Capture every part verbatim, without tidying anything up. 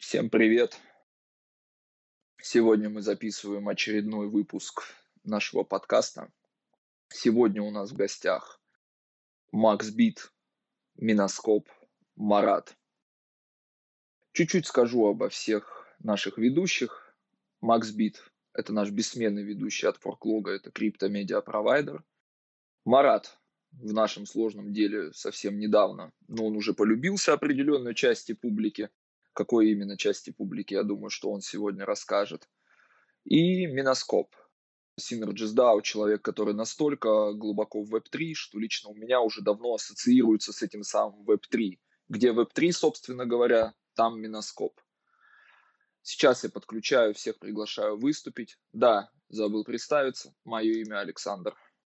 Всем привет! Сегодня мы записываем очередной выпуск нашего подкаста. Сегодня у нас в гостях MaxBit, Миноскоп, Марат. Чуть-чуть скажу обо всех наших ведущих. MaxBit – это наш бессменный ведущий от Форклога, это криптомедиа-провайдер. Марат в нашем сложном деле совсем недавно, но он уже полюбился определенной части публики. Какой именно части публики, я думаю, что он сегодня расскажет. И Миноскоп. Synergist дао, человек, который настолько глубоко в веб три, что лично у меня уже давно ассоциируется с этим самым веб три. Где веб три, собственно говоря, там Миноскоп. Сейчас я подключаю, всех приглашаю выступить. Да, забыл представиться. Мое имя Александр.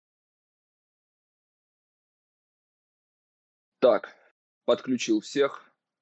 Так, подключил всех.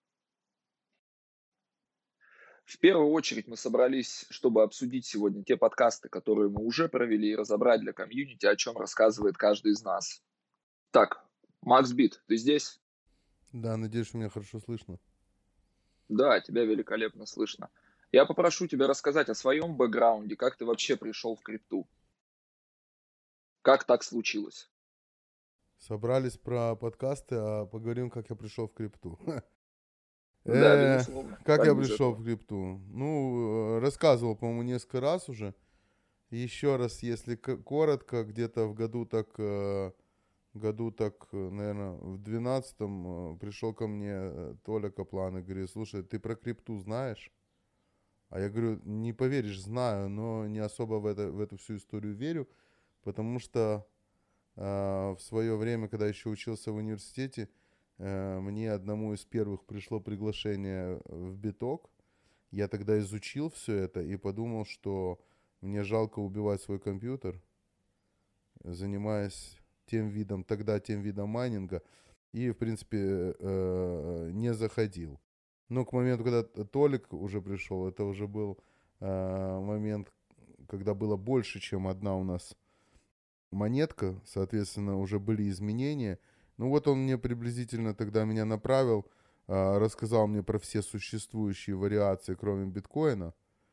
В первую очередь мы собрались, чтобы обсудить сегодня те подкасты, которые мы уже провели, и разобрать для комьюнити, о чем рассказывает каждый из нас. Так, MaxBit, ты здесь? Да, надеюсь, что меня хорошо слышно. Да, тебя великолепно слышно. Я попрошу тебя рассказать о своем бэкграунде, как ты вообще пришел в крипту. Как так случилось? Собрались про подкасты, а поговорим, как я пришел в крипту. Да, Э, безусловно. Как я Как без пришел в этого? крипту? Ну, э, рассказывал, по-моему, несколько раз уже. Еще раз, если к- коротко, где-то в году так, э, году так, э, наверное, в двенадцатом э, пришел ко мне э, Толя Каплан и говорит: слушай, ты про крипту знаешь? А я говорю: не поверишь, знаю, но не особо в, это, в эту всю историю верю, потому что э, в свое время, когда еще учился в университете, э, мне одному из первых пришло приглашение в биток. Я тогда изучил все это и подумал, что мне жалко убивать свой компьютер, занимаясь тем видом, тогда тем видом майнинга, и, в принципе, э, не заходил. Но к моменту, когда Толик уже пришел, это уже был э, момент, когда было больше, чем одна у нас монетка, соответственно, уже были изменения. Ну вот он мне приблизительно тогда меня направил, э, рассказал мне про все существующие вариации, кроме биткоина.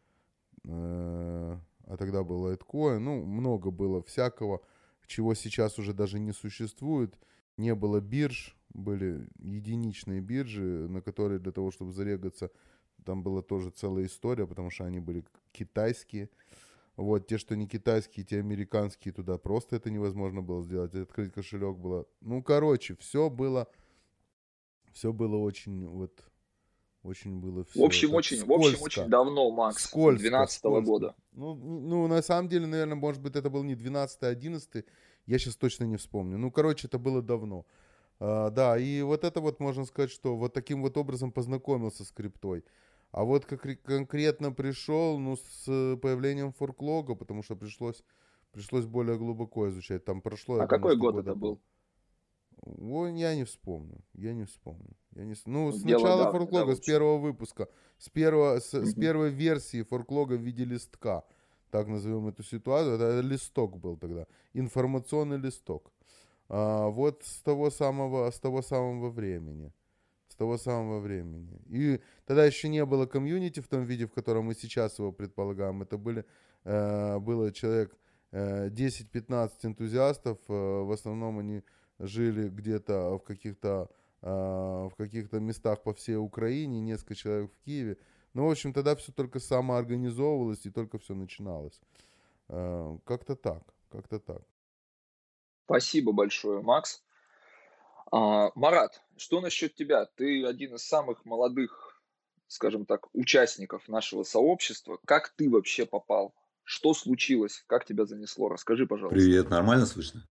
Э, а тогда был лайткоин, ну, много было всякого, чего сейчас уже даже не существует. Не было бирж, были единичные биржи, на которые для того, чтобы зарегаться, там была тоже целая история, потому что они были китайские. Вот, те, что не китайские, те американские, туда просто это невозможно было сделать. Открыть кошелек было... Ну, короче, все было... Все было очень, вот... Очень было В все общем, так очень, в общем, очень скользко. давно, Макс, с Скользко, двенадцатого скользко. года. Ну, ну, на самом деле, наверное, может быть, это был не двенадцатый, а одиннадцатый. Я сейчас точно не вспомню. Ну, короче, это было давно. А, да, и вот это вот можно сказать, что вот таким вот образом познакомился с криптой. А вот как ре- конкретно пришел, ну, с появлением форклога, потому что пришлось, пришлось более глубоко изучать. Там прошло, я А думаю, какой что год года это пол. был? Ой, я не вспомню, я не вспомню. Я не... с- Ну, Ну, с дело начала давнее, да, в форклога, с общем. первого выпуска, с, первого, с, с Мгм. первой версии форклога в виде листка, так назовем эту ситуацию, это листок был тогда, информационный листок. А, вот с того самого, с того самого времени. С того самого времени. И тогда еще не было комьюнити в том виде, в котором мы сейчас его предполагаем. Это были, э, было человек э, десять-пятнадцать энтузиастов. Э, в основном они жили где-то в каких-то э, в каких-то местах по всей Украине, несколько человек в Киеве. Ну, в общем, тогда все только самоорганизовывалось и только все начиналось. Э, как-то так, как-то так. Спасибо большое, Макс. А, Марат, что насчет тебя? Ты один из самых молодых, скажем так, участников нашего сообщества. Как ты вообще попал? Что случилось? Как тебя занесло? Расскажи, пожалуйста. Привет, нормально слышно?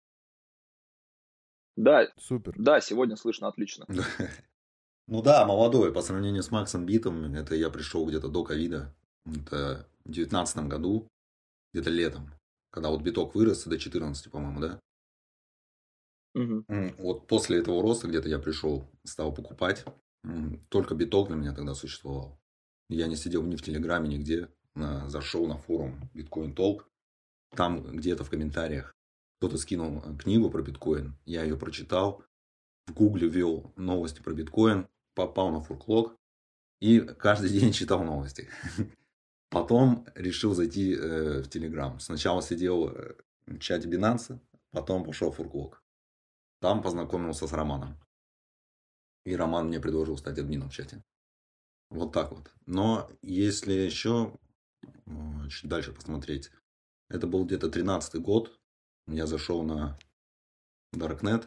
Да, Супер. да, сегодня слышно отлично. Да. Ну да, молодой, по сравнению с Максом Битом, это я пришел где-то до ковида, это в девятнадцатом году, где-то летом, когда вот биток вырос до четырнадцати, по-моему, да? Мгм. М, Вот после этого роста где-то я пришел, стал покупать, М, только биток для меня тогда существовал. Я не сидел ни в Телеграме, нигде, на- зашел на форум Bitcoin Talk, там где-то в комментариях кто-то скинул э, книгу про биткоин, я ее прочитал, в Гугле ввел новости про биткоин, попал на форклог, И каждый день читал новости. Потом решил зайти э, в Telegram. Сначала сидел э, в чате Binance, потом пошел в Фурклок. Там познакомился с Романом. И Роман мне предложил стать админом в чате. Вот так вот. Но если еще э, чуть дальше посмотреть. Это был где-то тринадцатый год. Я зашел на Darknet.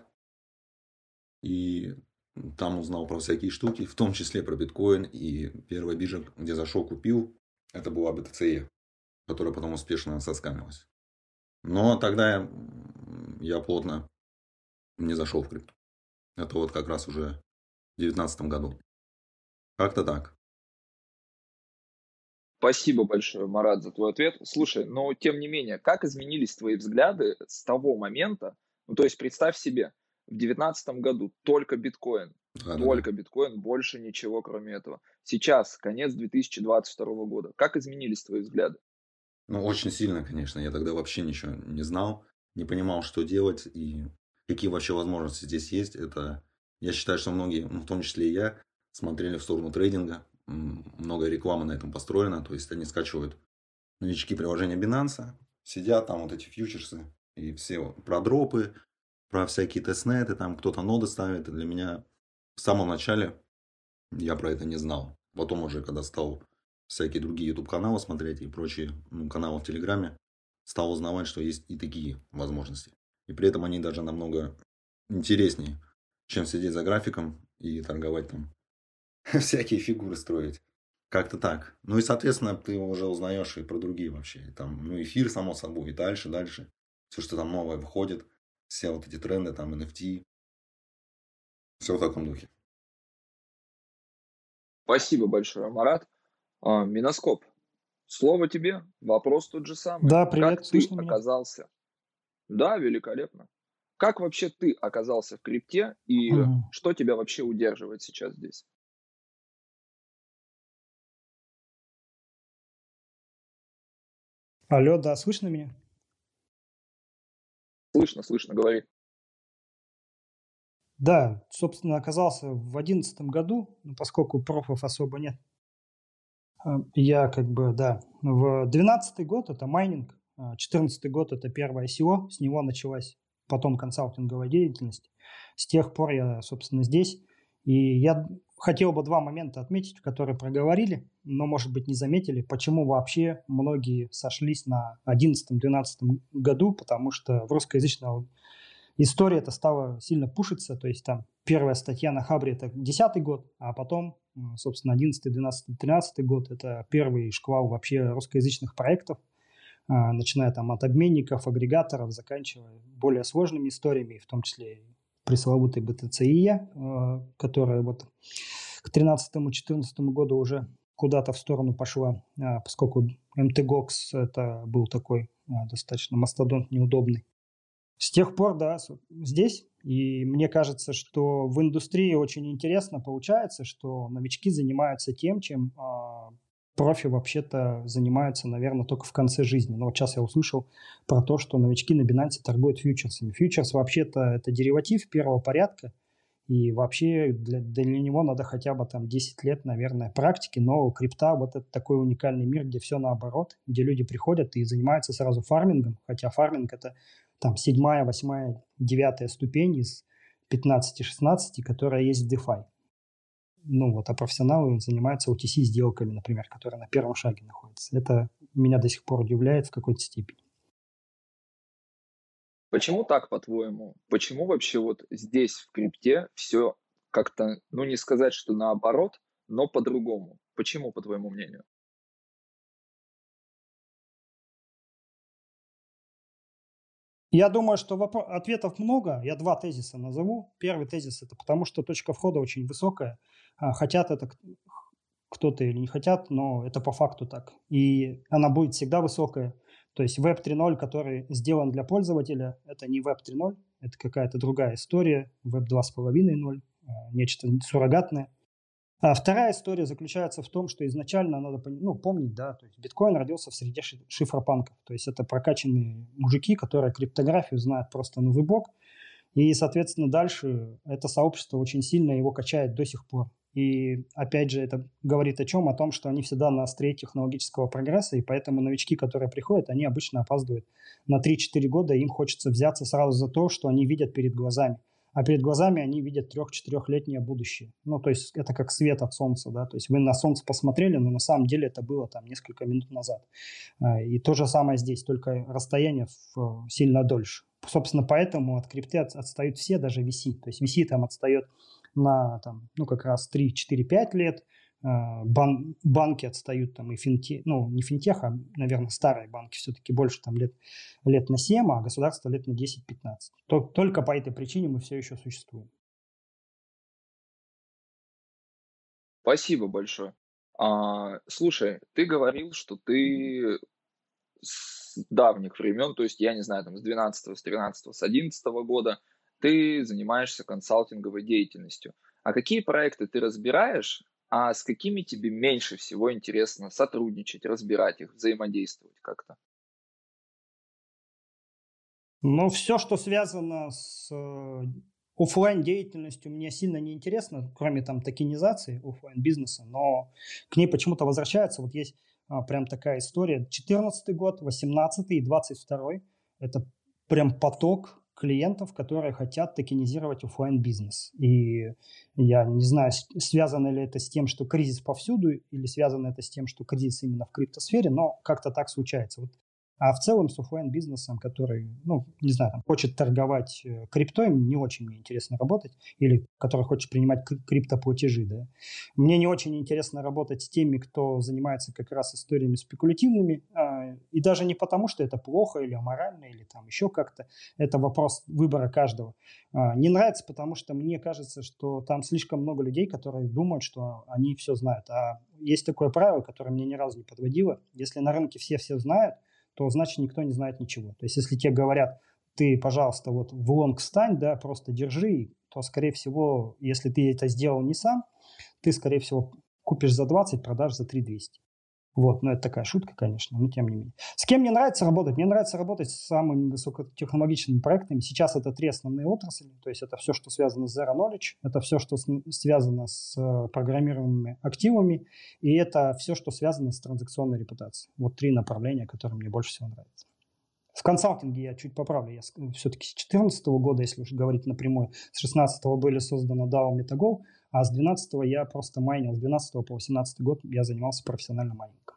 И там узнал про всякие штуки. В том числе про биткоин. И первая биржа, где зашел, купил. Это была би ти си и, которая потом успешно соскамилась. Но тогда я, я плотно не зашел в крипту. Это вот как раз уже в две тысячи девятнадцатом году. Как-то так. Спасибо большое, Марат, за твой ответ. Слушай, но тем не менее, как изменились твои взгляды с того момента? Ну, то есть представь себе, в две тысячи девятнадцатом году только биткоин, Да, только да, да. биткоин, больше ничего кроме этого. Сейчас, конец две тысячи двадцать второго года. Как изменились твои взгляды? Ну, очень сильно, конечно. Я тогда вообще ничего не знал, не понимал, что делать и какие вообще возможности здесь есть. Это, я считаю, что многие, ну, в том числе и я, смотрели в сторону трейдинга. М, Много рекламы на этом построено. То есть они скачивают новички приложения Binance, сидят там вот эти фьючерсы и все вот про дропы, про всякие тестнеты, там кто-то ноды ставит. И для меня в самом начале я про это не знал. Потом уже, когда стал всякие другие YouTube-каналы смотреть и прочие ну, каналы в Телеграме, стал узнавать, что есть и такие возможности. И при этом они даже намного интереснее, чем сидеть за графиком и торговать там, всякие фигуры строить. Как-то так. Ну и, соответственно, ты уже узнаешь и про другие вообще. И там, ну, эфир, само собой, и дальше, дальше. Все, что там новое выходит. Все вот эти тренды, там, эн эф ти. Все в таком духе. Спасибо большое, Марат. А, Миноскоп, слово тебе. Вопрос тот же самый. Да, Как привет, ты слышно меня? оказался? Да, великолепно. Как вообще ты оказался в крипте и Мгм. что тебя вообще удерживает сейчас здесь? Алло, да, слышно меня? Слышно, слышно, говори. Да, собственно, оказался в одиннадцатом году, ну, поскольку профов особо нет. А, Я как бы, да, в двенадцатый год это майнинг, а четырнадцатый год это первое ай си о, с него началась потом консалтинговая деятельность. С тех пор я, собственно, здесь. И я хотел бы два момента отметить, которые проговорили, но, может быть, не заметили, почему вообще многие сошлись на одиннадцатом-двенадцатом году, потому что в русскоязычном история это стала сильно пушиться, то есть там первая статья на Хабре это десятый год, а потом, собственно, одиннадцатый, двенадцатый, тринадцатый год это первый шквал вообще русскоязычных проектов, начиная там от обменников, агрегаторов, заканчивая более сложными историями, в том числе пресловутой би ти си и, которая вот к тринадцатому-четырнадцатому году уже куда-то в сторону пошла, поскольку эм ти гокс это был такой достаточно мастодонт неудобный. С тех пор, да, здесь, и мне кажется, что в индустрии очень интересно получается, что новички занимаются тем, чем э, профи вообще-то занимаются, наверное, только в конце жизни. Но вот сейчас я услышал про то, что новички на Binance торгуют фьючерсами. Фьючерс вообще-то это дериватив первого порядка, и вообще для, для него надо хотя бы там десять лет, наверное, практики, но крипта вот это такой уникальный мир, где все наоборот, где люди приходят и занимаются сразу фармингом, хотя фарминг это там седьмая, восьмая, девятая ступень из пятнадцати-шестнадцати, которая есть в DeFi. Ну вот, а профессионалы занимаются о ти си сделками, например, которые на первом шаге находятся. Это меня до сих пор удивляет в какой-то степени. Почему так, по-твоему? Почему вообще вот здесь, в крипте, все как-то, ну не сказать, что наоборот, но по-другому? Почему, по твоему мнению? Я думаю, что вопро- ответов много. Я два тезиса назову. Первый тезис – это потому, что точка входа очень высокая. А, хотят это кто-то или не хотят, но это по факту так. И она будет всегда высокая. То есть веб три ноль, который сделан для пользователя, это не веб три ноль, это какая-то другая история. веб два ноль пять ноль, нечто суррогатное. А вторая история заключается в том, что изначально надо ну, помнить, да, то есть биткоин родился в среде шифропанков, то есть это прокачанные мужики, которые криптографию знают просто на зубок, и, соответственно, дальше это сообщество очень сильно его качает до сих пор. И опять же, это говорит о чем? О том, что они всегда на острие технологического прогресса, и поэтому новички, которые приходят, они обычно опаздывают на три-четыре года, и им хочется взяться сразу за то, что они видят перед глазами. А перед глазами они видят трех-четырехлетнее будущее. Ну, то есть это как свет от солнца, да, то есть вы на солнце посмотрели, но на самом деле это было там несколько минут назад. И то же самое здесь, только расстояние в, сильно дольше. Собственно, поэтому от крипты от, отстают все, даже ви си. То есть ви си там отстает на, там, ну, как раз три-четыре-пять лет, Бан, банки отстают там и финтех, ну, не финтех, а, наверное, старые банки все-таки больше там лет, лет на семь, а государство лет на десять-пятнадцать. Только по этой причине мы все еще существуем. Спасибо большое. А, слушай, ты говорил, что ты с давних времен, то есть, я не знаю, там, с двенадцатого, с тринадцатого, с одиннадцатого года ты занимаешься консалтинговой деятельностью. А какие проекты ты разбираешь, а с какими тебе меньше всего интересно сотрудничать, разбирать их, взаимодействовать как-то? Ну, все, что связано с офлайн деятельностью, мне сильно не интересно, кроме там токенизации офлайн бизнеса, но к ней почему-то возвращается. Вот есть а, прям такая история. четырнадцатый год, восемнадцатый и двадцать второй – это прям поток клиентов, которые хотят токенизировать офлайн бизнес. И я не знаю, связано ли это с тем, что кризис повсюду, или связано это с тем, что кризис именно в криптосфере, но как-то так случается. Вот. А в целом с офлайн бизнесом, который, ну, не знаю, там, хочет торговать криптой, не очень мне интересно работать, или который хочет принимать криптоплатежи, да. Мне не очень интересно работать с теми, кто занимается как раз историями спекулятивными, и даже не потому, что это плохо или аморально, или там еще как-то. Это вопрос выбора каждого. Не нравится, потому что мне кажется, что там слишком много людей, которые думают, что они все знают. А есть такое правило, которое мне ни разу не подводило. Если на рынке все все знают, то значит никто не знает ничего. То есть если тебе говорят, ты, пожалуйста, вот в лонг стань, да, просто держи, то, скорее всего, если ты это сделал не сам, ты, скорее всего, купишь за двадцать, продашь за три двести. Вот, ну это такая шутка, конечно, но тем не менее. С кем мне нравится работать? Мне нравится работать с самыми высокотехнологичными проектами. Сейчас это три основные отрасли, то есть это все, что связано с Zero Knowledge, это все, что с, связано с программируемыми активами, и это все, что связано с транзакционной репутацией. Вот три направления, которые мне больше всего нравятся. В консалтинге я чуть поправлю, я все-таки с две тысячи четырнадцатого года, если уж говорить напрямую, с две тысячи шестнадцатого были созданы дао MetaGo, а с две тысячи двенадцатого я просто майнил, с две тысячи двенадцатого по две тысячи восемнадцатый год я занимался профессиональным майнингом.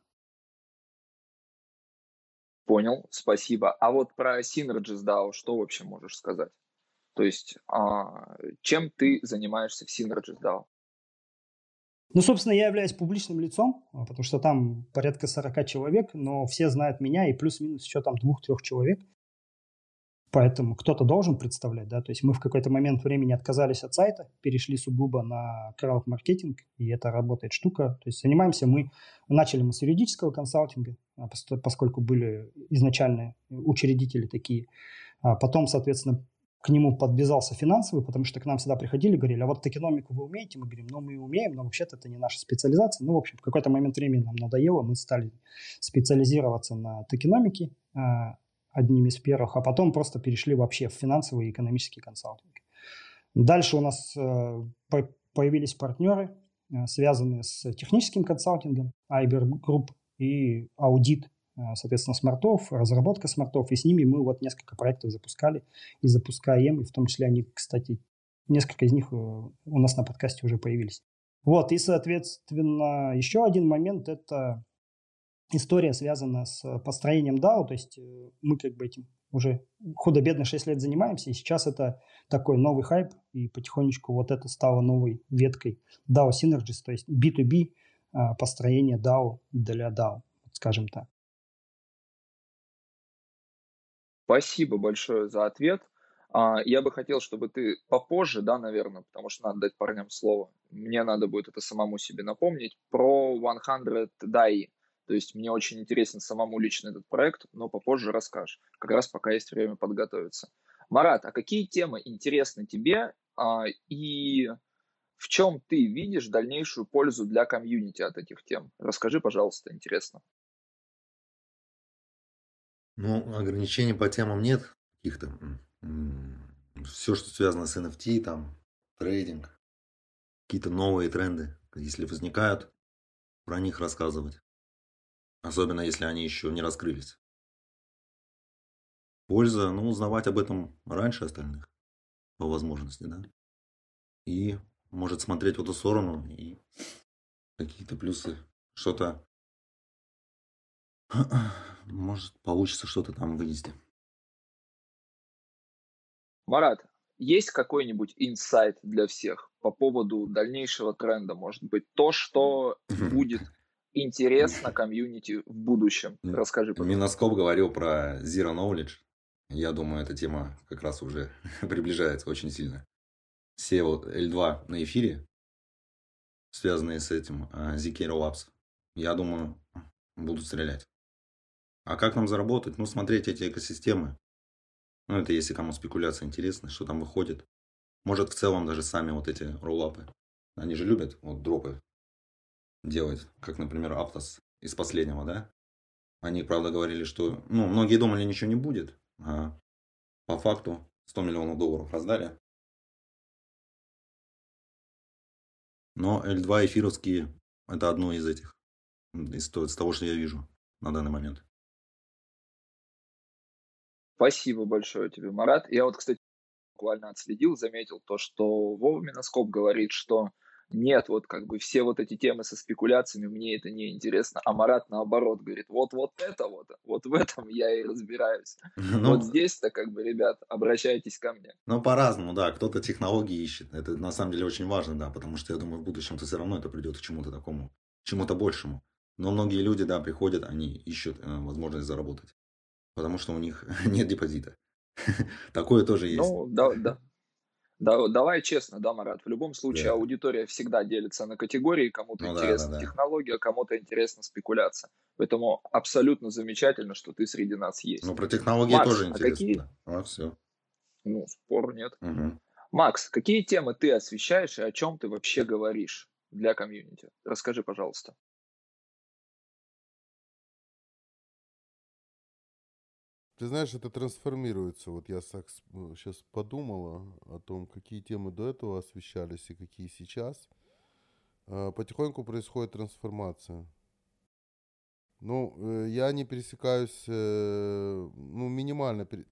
Понял, спасибо. А вот про Synergis дао что вообще можешь сказать? То есть, а, чем ты занимаешься в Synergis дао? Ну, собственно, я являюсь публичным лицом, потому что там порядка сорок человек, но все знают меня и плюс-минус еще там двух-трех человек. Поэтому кто-то должен представлять, да, то есть мы в какой-то момент времени отказались от сайта, перешли сугубо на крауд-маркетинг, и это работает штука. То есть занимаемся мы, начали мы с юридического консалтинга, поскольку были изначально учредители такие, а потом, соответственно, к нему подвязался финансовый, потому что к нам всегда приходили, говорили, а вот токеномику вы умеете? Мы говорим, ну, мы умеем, но вообще-то это не наша специализация. Ну, в общем, в какой-то момент времени нам надоело, мы стали специализироваться на токеномике, одними из первых, а потом просто перешли вообще в финансовый и экономический консалтинг. Дальше у нас появились партнеры, связанные с техническим консалтингом, Айбер Групп и аудит, соответственно, смартов, разработка смартов, и с ними мы вот несколько проектов запускали и запускаем, и в том числе они, кстати, несколько из них у нас на подкасте уже появились. Вот, и, соответственно, еще один момент – это история связана с построением дао, то есть мы как бы этим уже худо-бедно шесть лет занимаемся, и сейчас это такой новый хайп, и потихонечку вот это стало новой веткой дао Synergis, то есть би ту би построение дао для дао, скажем так. Спасибо большое за ответ. Я бы хотел, чтобы ты попозже, да, наверное, потому что надо дать парням слово, мне надо будет это самому себе напомнить, про сто дай. То есть мне очень интересен самому лично этот проект, но попозже расскажешь, как раз пока есть время подготовиться. Марат, а какие темы интересны тебе а, и в чем ты видишь дальнейшую пользу для комьюнити от этих тем? Расскажи, пожалуйста, интересно. Ну, ограничений по темам нет каких-то. Все, что связано с эн эф ти, там, трейдинг, какие-то новые тренды, если возникают, про них рассказывать. Особенно, если они еще не раскрылись. Польза, ну, узнавать об этом раньше остальных, по возможности, да. И, может, смотреть в эту сторону и какие-то плюсы, что-то, может, получится что-то там вынести. Марат, есть какой-нибудь инсайт для всех по поводу дальнейшего тренда? Может быть, то, что будет интересно комьюнити в будущем? Расскажи, пожалуйста. Миноскоп говорил про Zero Knowledge. Я думаю, эта тема как раз уже приближается очень сильно. Все вот эл два на эфире, связанные с этим, Zcash Labs, я думаю, будут стрелять. А как нам заработать? Ну, смотреть эти экосистемы. Ну, это если кому спекуляция интересна, что там выходит. Может, в целом даже сами вот эти роллапы. Они же любят вот дропы делать, как, например, Aptos из последнего, да? Они, правда, говорили, что, ну, многие думали, ничего не будет, а по факту сто миллионов долларов раздали. Но эл два эфировские – это одно из этих, из того, что я вижу на данный момент. Спасибо большое тебе, Марат. Я вот, кстати, буквально отследил, заметил то, что Вова Миноскоп говорит, что нет, вот как бы все вот эти темы со спекуляциями, мне это не интересно. А Марат наоборот говорит, вот вот это вот, вот в этом я и разбираюсь. Ну, вот здесь-то как бы, ребят, обращайтесь ко мне. Ну, по-разному, да. Кто-то технологии ищет. Это на самом деле очень важно, да, потому что я думаю, в будущем-то все равно это придет к чему-то такому, к чему-то большему. Но многие люди, да, приходят, они ищут э, возможность заработать, потому что у них нет депозита. Такое тоже есть. Ну, да, да. Да, давай честно, да, Марат, в любом случае Да. аудитория всегда делится на категории, кому-то Ну да, интересна да, да. технология, кому-то интересна спекуляция. Поэтому абсолютно замечательно, что ты среди нас есть. Ну, про технологии Макс, тоже а интересно. какие- Да. Вот все. Ну, спору нет. Мгм. Макс, какие темы ты освещаешь и о чем ты вообще говоришь для комьюнити? Расскажи, пожалуйста. Ты знаешь, это трансформируется. Вот я сейчас подумала о том, какие темы до этого освещались и какие сейчас. А, Потихоньку происходит трансформация. Ну, э, я не пересекаюсь, э, ну, минимально, пере-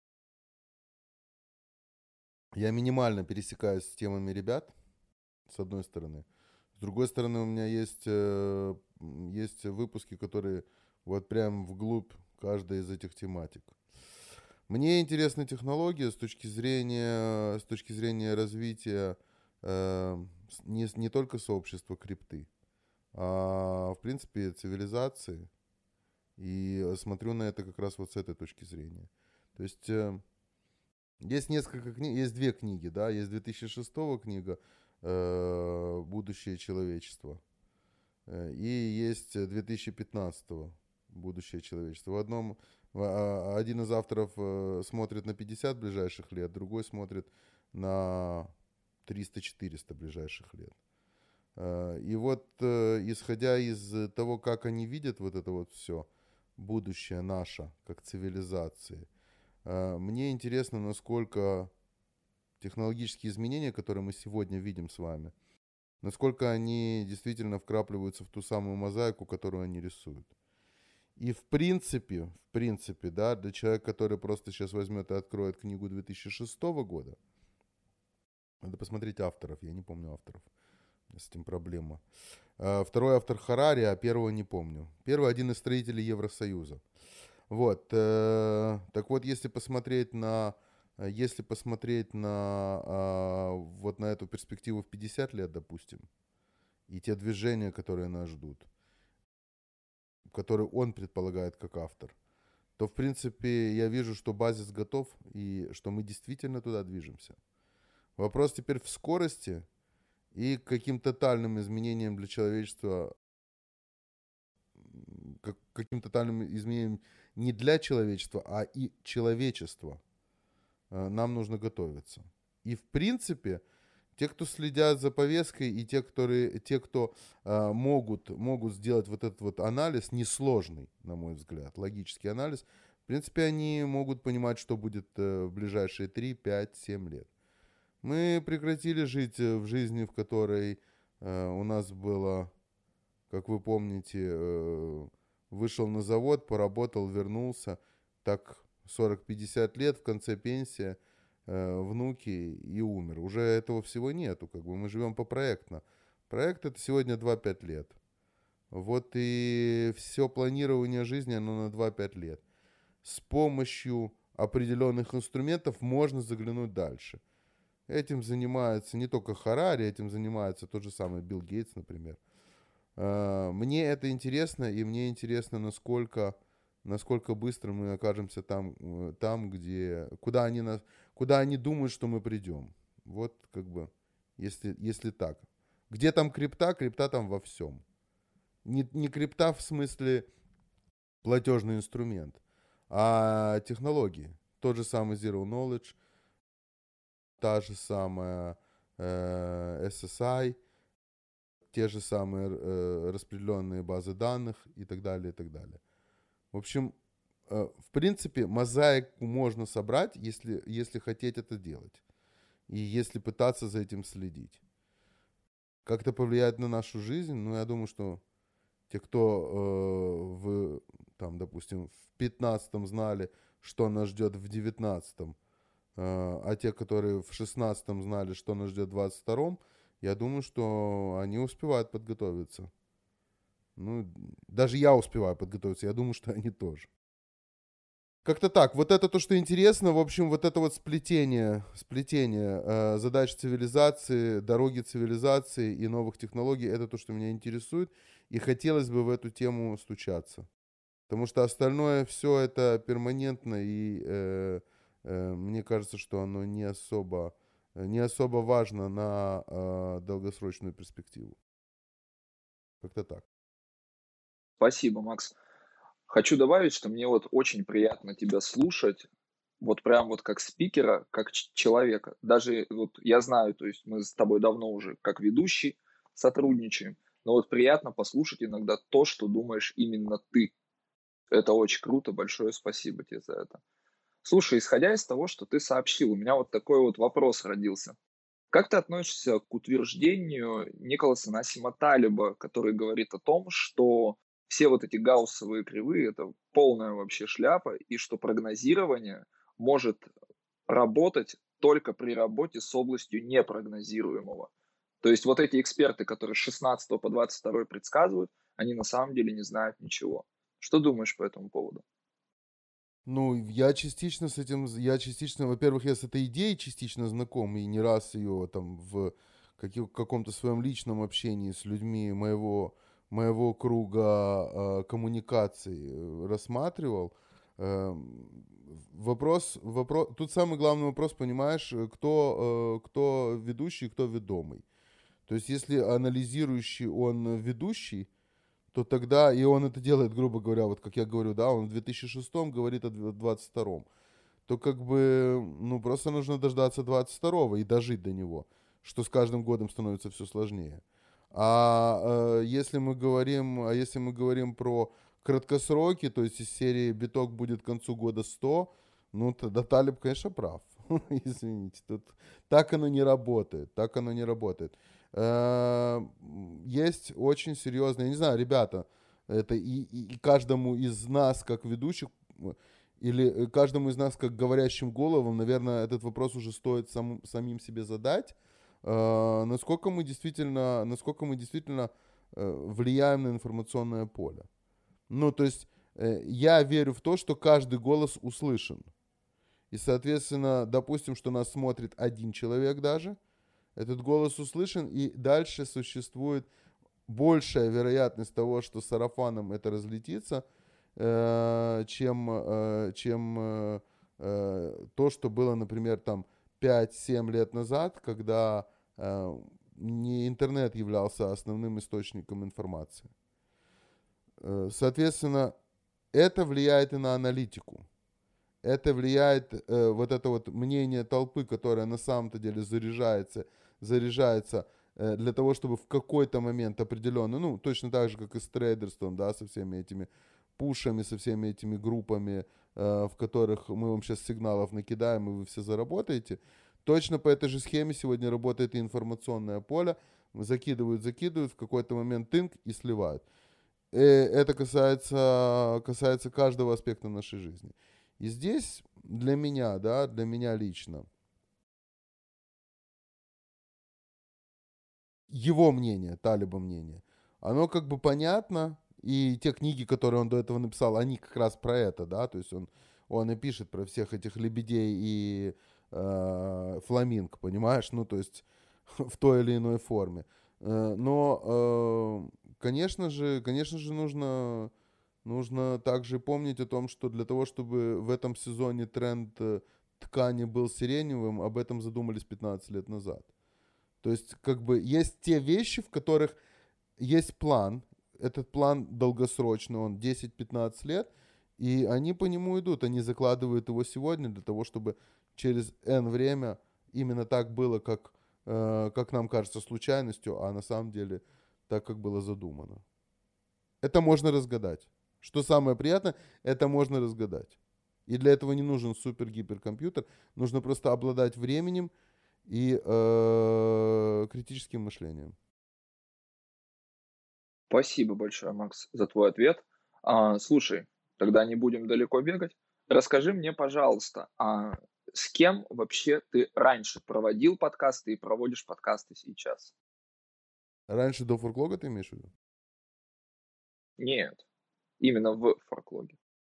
я минимально пересекаюсь с темами ребят, с одной стороны. С другой стороны, у меня есть, э, м, есть выпуски, которые вот прям вглубь каждой из этих тематик. Мне интересны технологии с точки зрения, с точки зрения развития э, с- не, с- не только сообщества крипты, а в принципе цивилизации. И смотрю на это как раз вот с этой точки зрения. То есть э, есть несколько книг, есть две книги, да, есть две тысячи шестого книга э, «Будущее человечества», э, и есть две тысячи пятнадцатого «Будущее человечества». В одном а, один из авторов э, смотрит на пятьдесят ближайших лет, другой смотрит на триста-четыреста ближайших лет. Э, И вот, э, исходя из того, как они видят вот это вот все, будущее наше, как цивилизации, э, мне интересно, насколько технологические изменения, которые мы сегодня видим с вами, насколько они действительно вкрапливаются в ту самую мозаику, которую они рисуют. И в принципе, в принципе, да, для человека, который просто сейчас возьмет и откроет книгу две тысячи шестого года, надо посмотреть авторов, я не помню авторов, с этим проблема. А, Второй автор Харари, а первого не помню. Первый один из строителей Евросоюза. Вот, э, так вот, если посмотреть на, если посмотреть на, а, вот на эту перспективу в пятьдесят лет, допустим, и те движения, которые нас ждут, которые он предполагает как автор, то, в принципе, я вижу, что базис готов и что мы действительно туда движемся. Вопрос теперь в скорости и каким тотальным изменениям для человечества, как, каким тотальным изменениям не для человечества, а и человечества э, нам нужно готовиться. И, в принципе, те, кто следят за повесткой, и те, которые, те кто э, могут, могут сделать вот этот вот анализ, несложный, на мой взгляд, логический анализ, в принципе, они могут понимать, что будет э, в ближайшие три, пять, семь лет. Мы прекратили жить в жизни, в которой э, у нас было, как вы помните, э, вышел на завод, поработал, вернулся, так сорок-пятьдесят лет, в конце пенсия, э, внуки и умер. Уже этого всего нету, как бы мы живем попроектно. Проект это сегодня два-пять лет. Вот и все планирование жизни, оно на два-пять лет. С помощью определенных инструментов можно заглянуть дальше. Этим занимается не только Харари, этим занимается тот же самый Билл Гейтс, например. Мне это интересно, и мне интересно, насколько, насколько быстро мы окажемся там, там где, куда они, нас, куда они думают, что мы придем. Вот как бы, если, если так. Где там крипта? Крипта там во всем. Не, не крипта в смысле платежный инструмент, а технологии. Тот же самый Zero Knowledge, та же самая э, эс эс ай, те же самые э, распределенные базы данных и так далее, и так далее. В общем, э, в принципе, мозаику можно собрать, если, если хотеть это делать. И если пытаться за этим следить. Как это повлияет на нашу жизнь? Ну, я думаю, что те, кто э, в, там, допустим, в пятнадцатом знали, что нас ждет в девятнадцатом, э, а те, которые в шестнадцатом знали, что нас ждет в двадцать втором, я думаю, что они успевают подготовиться. Ну, даже я успеваю подготовиться, я думаю, что они тоже. Как-то так. Вот это то, что интересно. В общем, вот это вот сплетение, сплетение э, задач цивилизации, дороги цивилизации и новых технологий, это то, что меня интересует. И хотелось бы в эту тему стучаться. Потому что остальное все это перманентно, и э, э, мне кажется, что оно не особо, не особо важно на э, долгосрочную перспективу. Как-то так. Спасибо, Макс. Хочу добавить, что мне вот очень приятно тебя слушать, вот прям вот как спикера, как ч- человека. Даже вот я знаю, то есть мы с тобой давно уже как ведущий сотрудничаем, но вот приятно послушать иногда то, что думаешь именно ты. Это очень круто, большое спасибо тебе за это. Слушай, исходя из того, что ты сообщил, у меня вот такой вот вопрос родился. Как ты относишься к утверждению Николаса Насима Талеба, который говорит о том, что все вот эти гауссовые кривые – это полная вообще шляпа, и что прогнозирование может работать только при работе с областью непрогнозируемого. То есть вот эти эксперты, которые с шестнадцатого по двадцать второй предсказывают, они на самом деле не знают ничего. Что думаешь по этому поводу? Ну, я частично с этим, я частично, во-первых, я с этой идеей частично знаком, и не раз ее там в каки- каком-то своем личном общении с людьми моего, моего круга э, коммуникаций э, рассматривал. Э, вопрос, вопрос, тут самый главный вопрос, понимаешь, э, кто, э, кто ведущий, кто ведомый. То есть, если анализирующий он ведущий, то тогда, и он это делает, грубо говоря, вот как я говорю, да, он в две тысячи шестом говорит о двадцать втором, то как бы, ну, просто нужно дождаться двадцать второго и дожить до него, что с каждым годом становится все сложнее. А э, если мы говорим, а если мы говорим про краткосроки, то есть из серии «Биток будет к концу года сто», ну, тогда Талиб, конечно, прав. Извините, тут так оно не работает, так оно не работает. Э, Есть очень серьезные, я не знаю, ребята, это и, и, и каждому из нас, как ведущих, или каждому из нас, как говорящим головам, наверное, этот вопрос уже стоит сам, самим себе задать. Э, насколько мы действительно, насколько мы действительно э, влияем на информационное поле. Ну, то есть э, я верю в то, что каждый голос услышан. И, соответственно, допустим, что нас смотрит один человек даже, этот голос услышан, и дальше существует большая вероятность того, что сарафаном это разлетится, э, чем, э, чем э, э, то, что было, например, там пять-семь лет назад, когда э, не интернет являлся основным источником информации. Э, соответственно, это влияет и на аналитику. Это влияет, э, вот это вот мнение толпы, которое на самом-то деле заряжается, заряжается э, для того, чтобы в какой-то момент определенный, ну, точно так же, как и с трейдерством, да, со всеми этими пушами, со всеми этими группами, э, в которых мы вам сейчас сигналов накидаем, и вы все заработаете, точно по этой же схеме сегодня работает и информационное поле. Закидывают, закидывают, в какой-то момент тынк и сливают. И это касается, касается каждого аспекта нашей жизни. И здесь для меня, да, для меня лично, его мнение, Талиба мнение, оно как бы понятно, и те книги, которые он до этого написал, они как раз про это, да, то есть он, он и пишет про всех этих лебедей и э, фламинг, понимаешь, ну, то есть в той или иной форме. Э, но, э, конечно же, конечно же, нужно, нужно также помнить о том, что для того, чтобы в этом сезоне тренд э, ткани был сиреневым, об этом задумались пятнадцать лет назад. То есть, как бы, есть те вещи, в которых есть план. Этот план долгосрочный, он десять-пятнадцать лет, и они по нему идут. Они закладывают его сегодня для того, чтобы через N время именно так было, как, э, как нам кажется, случайностью, а на самом деле так, как было задумано. Это можно разгадать. Что самое приятное, это можно разгадать. И для этого не нужен супер-гиперкомпьютер. Нужно просто обладать временем и э, критическим мышлением. Спасибо большое, Макс, за твой ответ. А, слушай, тогда не будем далеко бегать. Расскажи мне, пожалуйста, а с кем вообще ты раньше проводил подкасты и проводишь подкасты сейчас? Раньше до форклога ты имеешь в виду? Нет, именно в форклоге.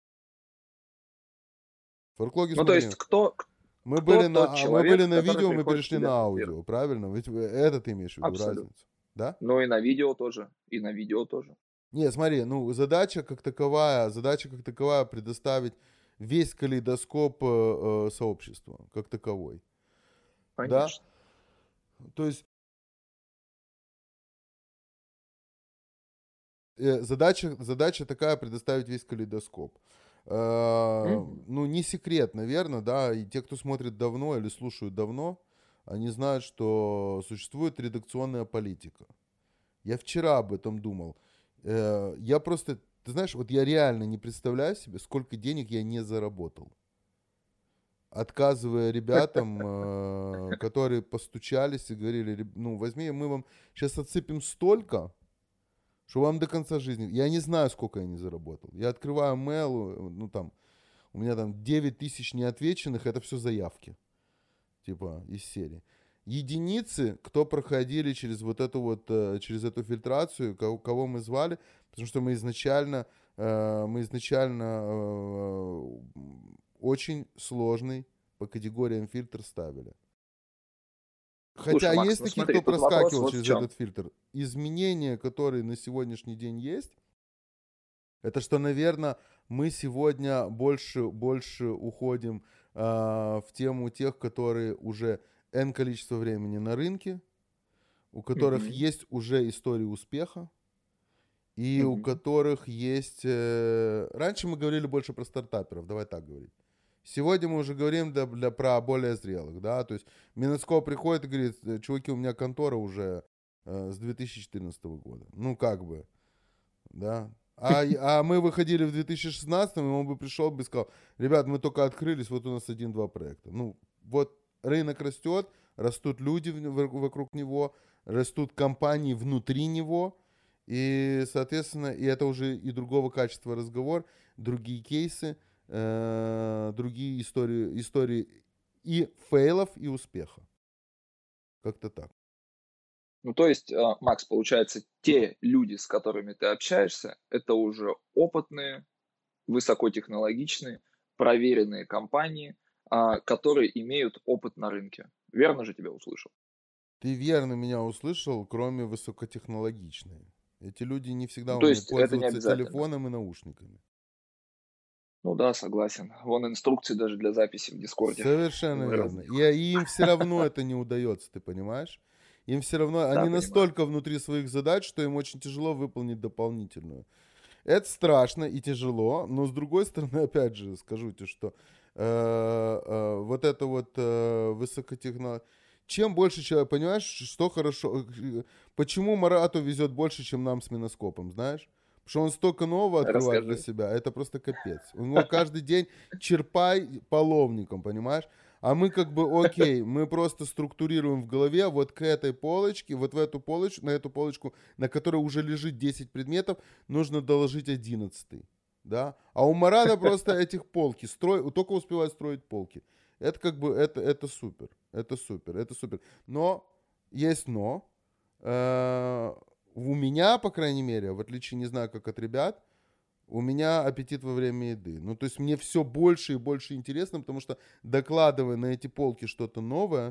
В форклоге, Ну, то смотри, есть, кто, мы кто были тот на, мы человек, были на который видео, мы приходит к перешли тебе на на аудио, эфир? правильно? Ведь вы- это ты имеешь в виду, Абсолютно. разницу, да? Ну и на видео тоже, и на видео тоже. Не, смотри, ну, задача как таковая, задача как таковая предоставить весь калейдоскоп э, э, сообщества как таковой, да? Конечно. То есть э, задача, задача такая предоставить весь калейдоскоп. Э, Мгм. ну, не секрет, наверное, да, и те, кто смотрит давно или слушают давно, они знают, что существует редакционная политика. Я вчера об этом думал. Э, я просто, ты знаешь, вот я реально не представляю себе, сколько денег я не заработал. Отказывая ребятам, э, которые постучались и говорили, «Реб- ну, возьми, мы вам сейчас отсыпем столько, что вам до конца жизни. Я не знаю, сколько я не заработал. Я открываю mail, ну там, у меня там девять тысяч неотвеченных, это все заявки. Типа из серии. Единицы, кто проходили через вот эту вот, э, через эту фильтрацию, кого, кого мы звали, потому что мы изначально, э, мы изначально э, очень сложный по категориям фильтр ставили. Хотя Слушай, Макс, есть ну такие, смотри, кто тут вопрос проскакивал вот в через чем. этот фильтр. Изменения, которые на сегодняшний день есть, это что, наверное, мы сегодня больше, больше уходим э, в тему тех, которые уже N количество времени на рынке, у которых Мгм. есть уже история успеха, и у Мгм. которых есть... Э... Раньше мы говорили больше про стартаперов, давай так говорить. Сегодня мы уже говорим для, для, про более зрелых, да, то есть Минэскоп приходит и говорит, «Э, чуваки, у меня контора уже э, с две тысячи четырнадцатого года. Ну, как бы, да. А, и- а мы выходили в две тысячи шестнадцатом, и он бы пришел бы и сказал, ребят, мы только открылись, вот у нас один-два проекта. Ну, вот рынок растет, растут люди в- в- вокруг него, растут компании внутри него, и, соответственно, и это уже и другого качества разговор, другие кейсы, э, другие истории, истории и фейлов, и успеха. Как-то так. Ну, то есть, а, Макс, получается, те люди, с которыми ты общаешься, это уже опытные, высокотехнологичные, проверенные компании, а, которые имеют опыт на рынке. Верно же тебя услышал? Ты верно меня услышал, кроме высокотехнологичной. Эти люди не всегда Ну, то умеют есть, это не пользоваться обязательно. телефоном и наушниками. Ну да, согласен. Вон инструкции даже для записи в Дискорде. Совершенно В верно. разных. И, и им все равно это не удается, ты понимаешь? Им все равно, Да, они понимаю. настолько внутри своих задач, что им очень тяжело выполнить дополнительную. Это страшно и тяжело, но с другой стороны, опять же, скажу тебе, что э, э, вот это вот э, высокотехно... Чем больше человек, понимаешь, что хорошо... э, Почему Марату везет больше, чем нам с Минэскопом, знаешь? Потому что он столько нового открывает для Расскажи. себя, это просто капец. У него каждый день черпай половником, понимаешь? А мы как бы, окей, мы просто структурируем в голове вот к этой полочке, вот в эту полочку, на эту полочку, на которой уже лежит десять предметов, нужно доложить одиннадцатый. Да? А у Марата просто этих полки, строй, только успевает строить полки. Это как бы, это, это супер, это супер, это супер. Но, есть но, э, у меня, по крайней мере, в отличие, не знаю, как от ребят, у меня аппетит во время еды. Ну, то есть мне все больше и больше интересно, потому что, докладывая на эти полки что-то новое,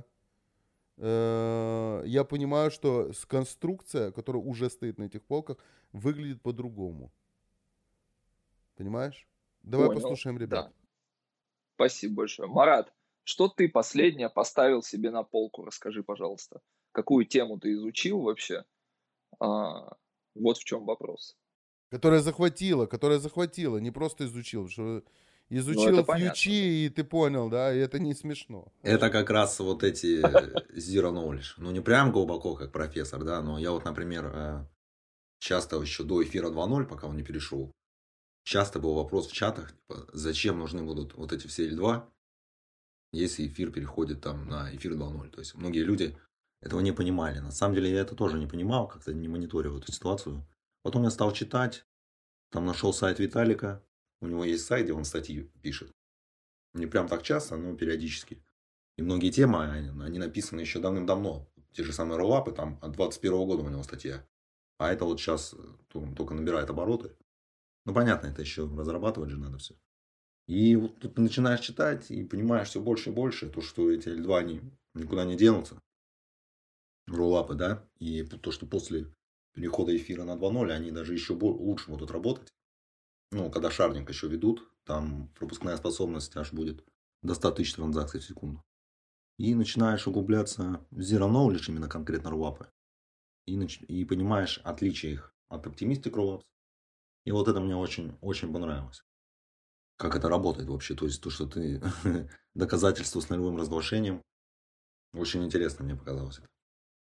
э, я понимаю, что конструкция, которая уже стоит на этих полках, выглядит по-другому. Понимаешь? Давай Понял, послушаем ребят. да. Спасибо большое. Марат, что ты последнее поставил себе на полку? Расскажи, пожалуйста. Какую тему ты изучил вообще? А, вот в чем вопрос. Которая захватила, которая захватила, не просто изучил, что Ну, изучил это понятно, фьючи, да. и ты понял, да, и это не смешно. Это как раз вот эти zero knowledge. Ну, не прям глубоко, как профессор, да, но я вот, например, э, часто еще до эфира два ноль, пока он не перешел, часто был вопрос в чатах, типа, зачем нужны будут вот эти все эль два, если эфир переходит там на эфир два ноль. То есть многие люди этого не понимали. На самом деле я это тоже не понимал, как-то не мониторил эту ситуацию. Потом я стал читать, там нашел сайт Виталика, у него есть сайт, где он статьи пишет. Не прям так часто, но периодически. И многие темы, они, они написаны еще давным-давно. Те же самые роллапы, там от двадцать первого года у него статья. А это вот сейчас только набирает обороты. Ну, понятно, это еще разрабатывать же надо все. И вот тут ты начинаешь читать и понимаешь все больше и больше, то, что эти эль два они никуда не денутся. Роллапы, да. И то, что после перехода эфира на два ноль, они даже еще лучше будут работать. Ну, когда шардинг еще ведут, там пропускная способность аж будет до ста тысяч транзакций в секунду. И начинаешь углубляться в Zero Knowledge, именно конкретно роллапы. И, нач... и понимаешь отличие их от Optimistic Rollups. И вот это мне очень, очень понравилось. Как это работает вообще. То есть, то, что ты доказательство с нулевым разглашением. Очень интересно мне показалось это.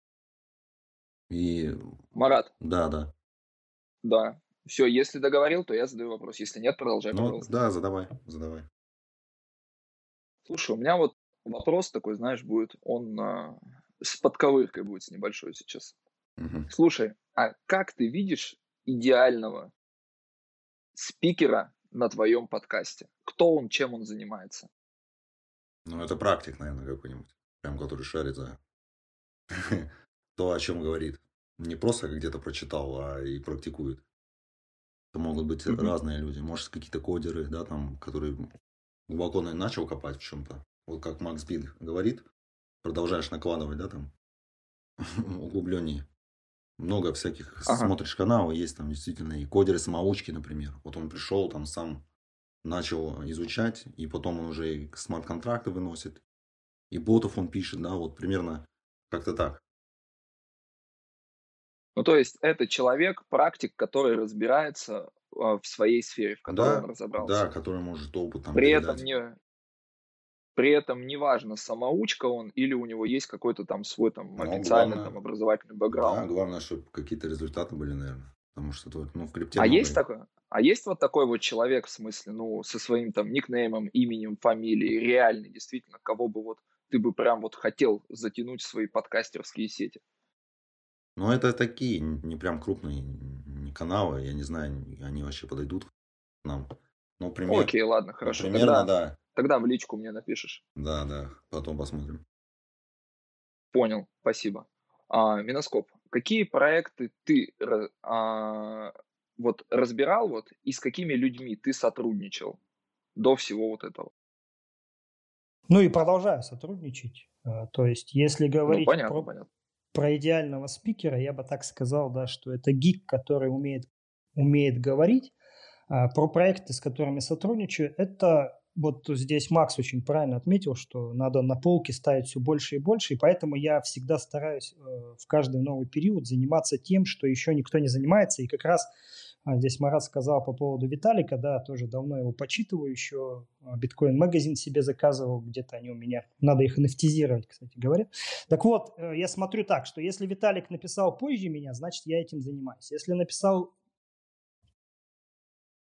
И... Марат. Да, да. Да. Все, если договорил, то я задаю вопрос. Если нет, продолжай, ну, пожалуйста. Да, задавай, задавай. Слушай, у меня вот вопрос такой, знаешь, будет, он а, с подковыркой будет, с небольшой сейчас. Угу. Слушай, а как ты видишь идеального спикера на твоем подкасте? Кто он, чем он занимается? Ну, это практик, наверное, какой-нибудь. Прям, который шарит за то, о чем говорит. Не просто где-то прочитал, а и практикует. Это могут быть Мгм. разные люди. Может, какие-то кодеры, да, там, которые глубоко наверное, начал копать в чем-то. Вот как Макс Бит говорит, продолжаешь накладывать, да, там, углубленнее. Много всяких, Ага. смотришь каналы, есть там действительно и кодеры-самоучки, например. Вот он пришел, там сам начал изучать, и потом он уже и смарт-контракты выносит, и ботов он пишет, да, вот примерно как-то так. Ну, то есть это человек, практик, который разбирается а, в своей сфере, в которой он Да, разобрался. да, который может опыт там При этом передать. не, при этом неважно, самоучка он или у него есть какой-то там свой там Но официальный главное, там образовательный да, бэкграунд. главное, чтобы какие-то результаты были, наверное. Потому что тут, ну, в крипте А много. есть такой, а есть вот такой вот человек, в смысле, ну, со своим там никнеймом, именем, фамилией, реальный, действительно, кого бы вот ты бы прям вот хотел затянуть в свои подкастерские сети? Но это такие, н- не прям крупные не каналы, я не знаю, они вообще подойдут к нам. Ну, пример, Окей, ладно, ну, хорошо. примерно, Тогда, да. тогда в личку мне напишешь. Да, да, потом посмотрим. Понял, спасибо. А, Миноскоп, какие проекты ты ра- а, вот разбирал вот и с какими людьми ты сотрудничал до всего вот этого? Ну и продолжаю сотрудничать. Э, То есть, если Ну, говорить понятно, про, понятно. про идеального спикера, я бы так сказал, да, что это гик, который умеет, умеет говорить. А про проекты, с которыми сотрудничаю, это вот здесь Макс очень правильно отметил, что надо на полке ставить все больше и больше, и поэтому я всегда стараюсь э, в каждый новый период заниматься тем, что еще никто не занимается, и как раз а, здесь Марат сказал по поводу Виталика, да, тоже давно его почитываю, еще Bitcoin Magazine себе заказывал, где-то они у меня, надо их NFT-зировать, кстати говоря. Так вот, э, я смотрю так, что если Виталик написал позже меня, значит, я этим занимаюсь. Если написал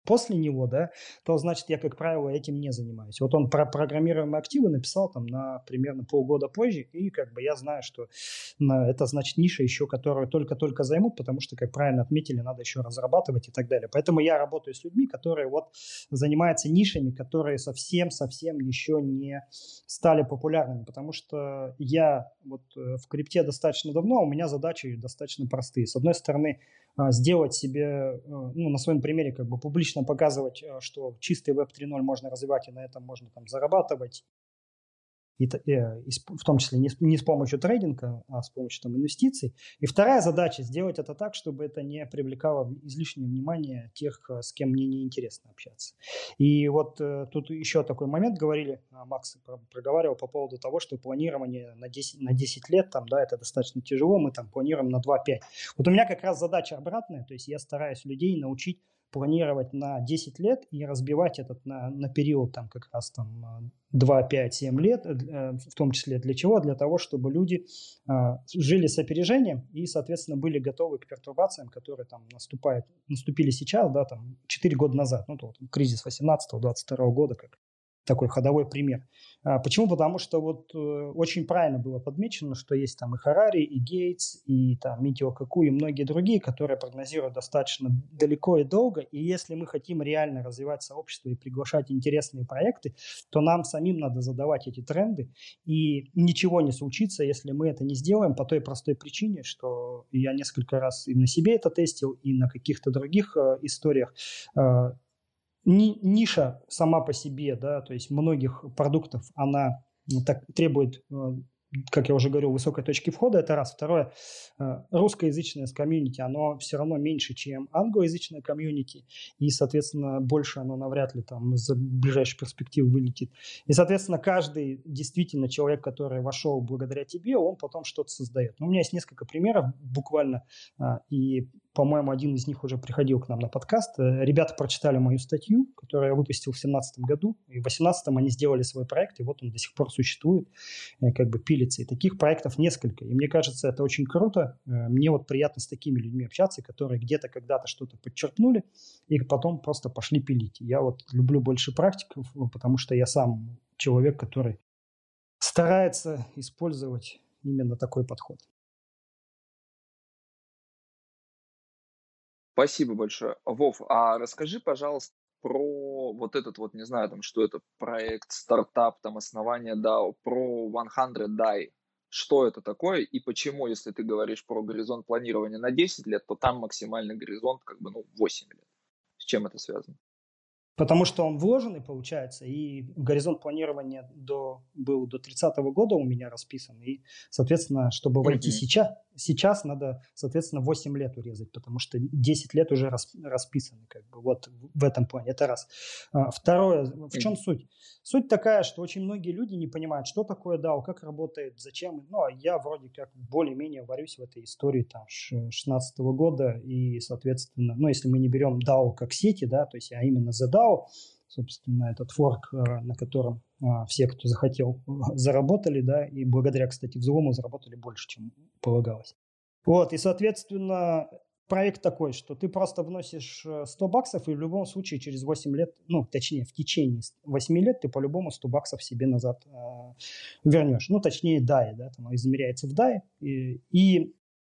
после него, да, то, значит, я, как правило, этим не занимаюсь. Вот он про программируемые активы написал там на примерно полгода позже, и как бы я знаю, что на, это, значит, ниша еще, которую только-только займут, потому что, как правильно отметили, надо еще разрабатывать и так далее. Поэтому я работаю с людьми, которые вот занимаются нишами, которые совсем-совсем еще не стали популярными, потому что я вот в крипте достаточно давно, а у меня задачи достаточно простые. С одной стороны, сделать себе, ну, на своем примере как бы публично показывать, что чистый веб три ноль можно развивать, и на этом можно там зарабатывать, и, и, в том числе не с, не с помощью трейдинга, а с помощью там, инвестиций. И вторая задача – сделать это так, чтобы это не привлекало излишнее внимание тех, с кем мне неинтересно общаться. И вот э, тут еще такой момент говорили, Макс проговаривал по поводу того, что планирование на десять, на десять лет, там, да, это достаточно тяжело, мы там планируем на два-пять. Вот у меня как раз задача обратная, то есть я стараюсь людей научить планировать на десять лет и разбивать этот на, на период там как раз там два, пять, семь лет, в том числе для чего? Для того, чтобы люди э, жили с опережением и, соответственно, были готовы к пертурбациям, которые там наступают, наступили сейчас, да, там четыре года назад, ну, то, вот, кризис восемнадцатого двадцать второго года, как такой ходовой пример. А, почему? Потому что вот э, очень правильно было подмечено, что есть там и Харари, и Гейтс, и там Митио Каку, и многие другие, которые прогнозируют достаточно далеко и долго. И если мы хотим реально развивать сообщество и приглашать интересные проекты, то нам самим надо задавать эти тренды. И ничего не случится, если мы это не сделаем по той простой причине, что я несколько раз и на себе это тестил, и на каких-то других э, историях. Э, Ниша сама по себе, да, то есть многих продуктов, она так, требует, как я уже говорил, высокой точки входа, это раз. Второе, русскоязычное комьюнити, оно все равно меньше, чем англоязычное комьюнити, и, соответственно, больше оно навряд ли там за ближайшую перспективу вылетит. И, соответственно, каждый действительно человек, который вошел благодаря тебе, он потом что-то создает. Но у меня есть несколько примеров буквально, и по-моему, один из них уже приходил к нам на подкаст. Ребята прочитали мою статью, которую я выпустил в две тысячи семнадцатом году. И в две тысячи восемнадцатом они сделали свой проект, и вот он до сих пор существует, как бы пилится. И таких проектов несколько. И мне кажется, это очень круто. Мне вот приятно с такими людьми общаться, которые где-то когда-то что-то подчеркнули, и потом просто пошли пилить. Я вот люблю больше практиков, потому что я сам человек, который старается использовать именно такой подход. Спасибо большое. Вов, а расскажи, пожалуйста, про вот этот вот, не знаю, там, что это, проект, стартап, там, основание дао, про сто дай. Что это такое и почему, если ты говоришь про горизонт планирования на десять лет, то там максимальный горизонт как бы, ну, восемь лет. С чем это связано? Потому что он вложенный, получается, и горизонт планирования до, был до тридцатого года у меня расписан. И, соответственно, чтобы войти mm-hmm. сейчас, сейчас надо, соответственно, восемь лет урезать, потому что десять лет уже рас, расписаны. Как бы, вот в этом плане. Это раз. А, второе. В чем mm-hmm. суть? Суть такая, что очень многие люди не понимают, что такое дао, как работает, зачем. Ну, а я вроде как более-менее варюсь в этой истории там с шестнадцатого года. И, соответственно, ну, если мы не берем дао как сети, да, то есть, а именно за дао, собственно, этот форк, на котором все, кто захотел, заработали, да, и благодаря, кстати, взлому заработали больше, чем полагалось. Вот, и, соответственно, проект такой, что ты просто вносишь сто баксов, и в любом случае через восемь лет, ну, точнее, в течение восемь лет ты по-любому сто баксов себе назад э, вернешь. Ну, точнее, дай, да, там измеряется в дай, и, и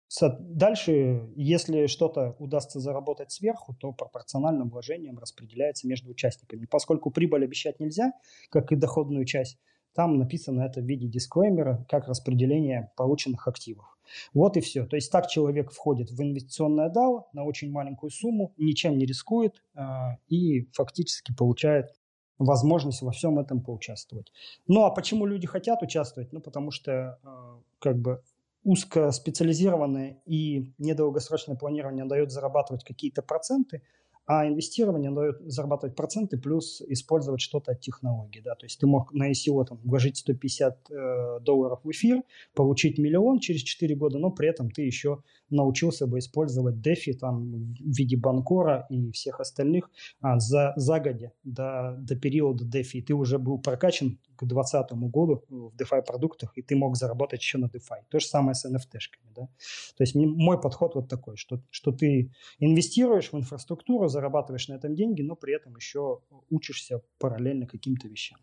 дальше, если что-то удастся заработать сверху, то пропорционально вложениям распределяется между участниками. Поскольку прибыль обещать нельзя, как и доходную часть, там написано это в виде дисклеймера, как распределение полученных активов. Вот и все. То есть так человек входит в инвестиционное дао на очень маленькую сумму, ничем не рискует э, и фактически получает возможность во всем этом поучаствовать. Ну а почему люди хотят участвовать? Ну потому что э, как бы узкоспециализированное и недолгосрочное планирование дает зарабатывать какие-то проценты, а инвестирование дает зарабатывать проценты плюс использовать что-то от технологий. Да? То есть ты мог на ай си о там, вложить сто пятьдесят э, долларов в эфир, получить миллион через четыре года, но при этом ты еще научился бы использовать DeFi там, в виде Банкора и всех остальных а, за, загодя до, до периода DeFi. Ты уже был прокачан к двадцатому году в DeFi продуктах, и ты мог заработать еще на DeFi. То же самое с эн эф ти-шками. Да? То есть мой подход вот такой, что, что ты инвестируешь в инфраструктуру, зарабатываешь на этом деньги, но при этом еще учишься параллельно каким-то вещам.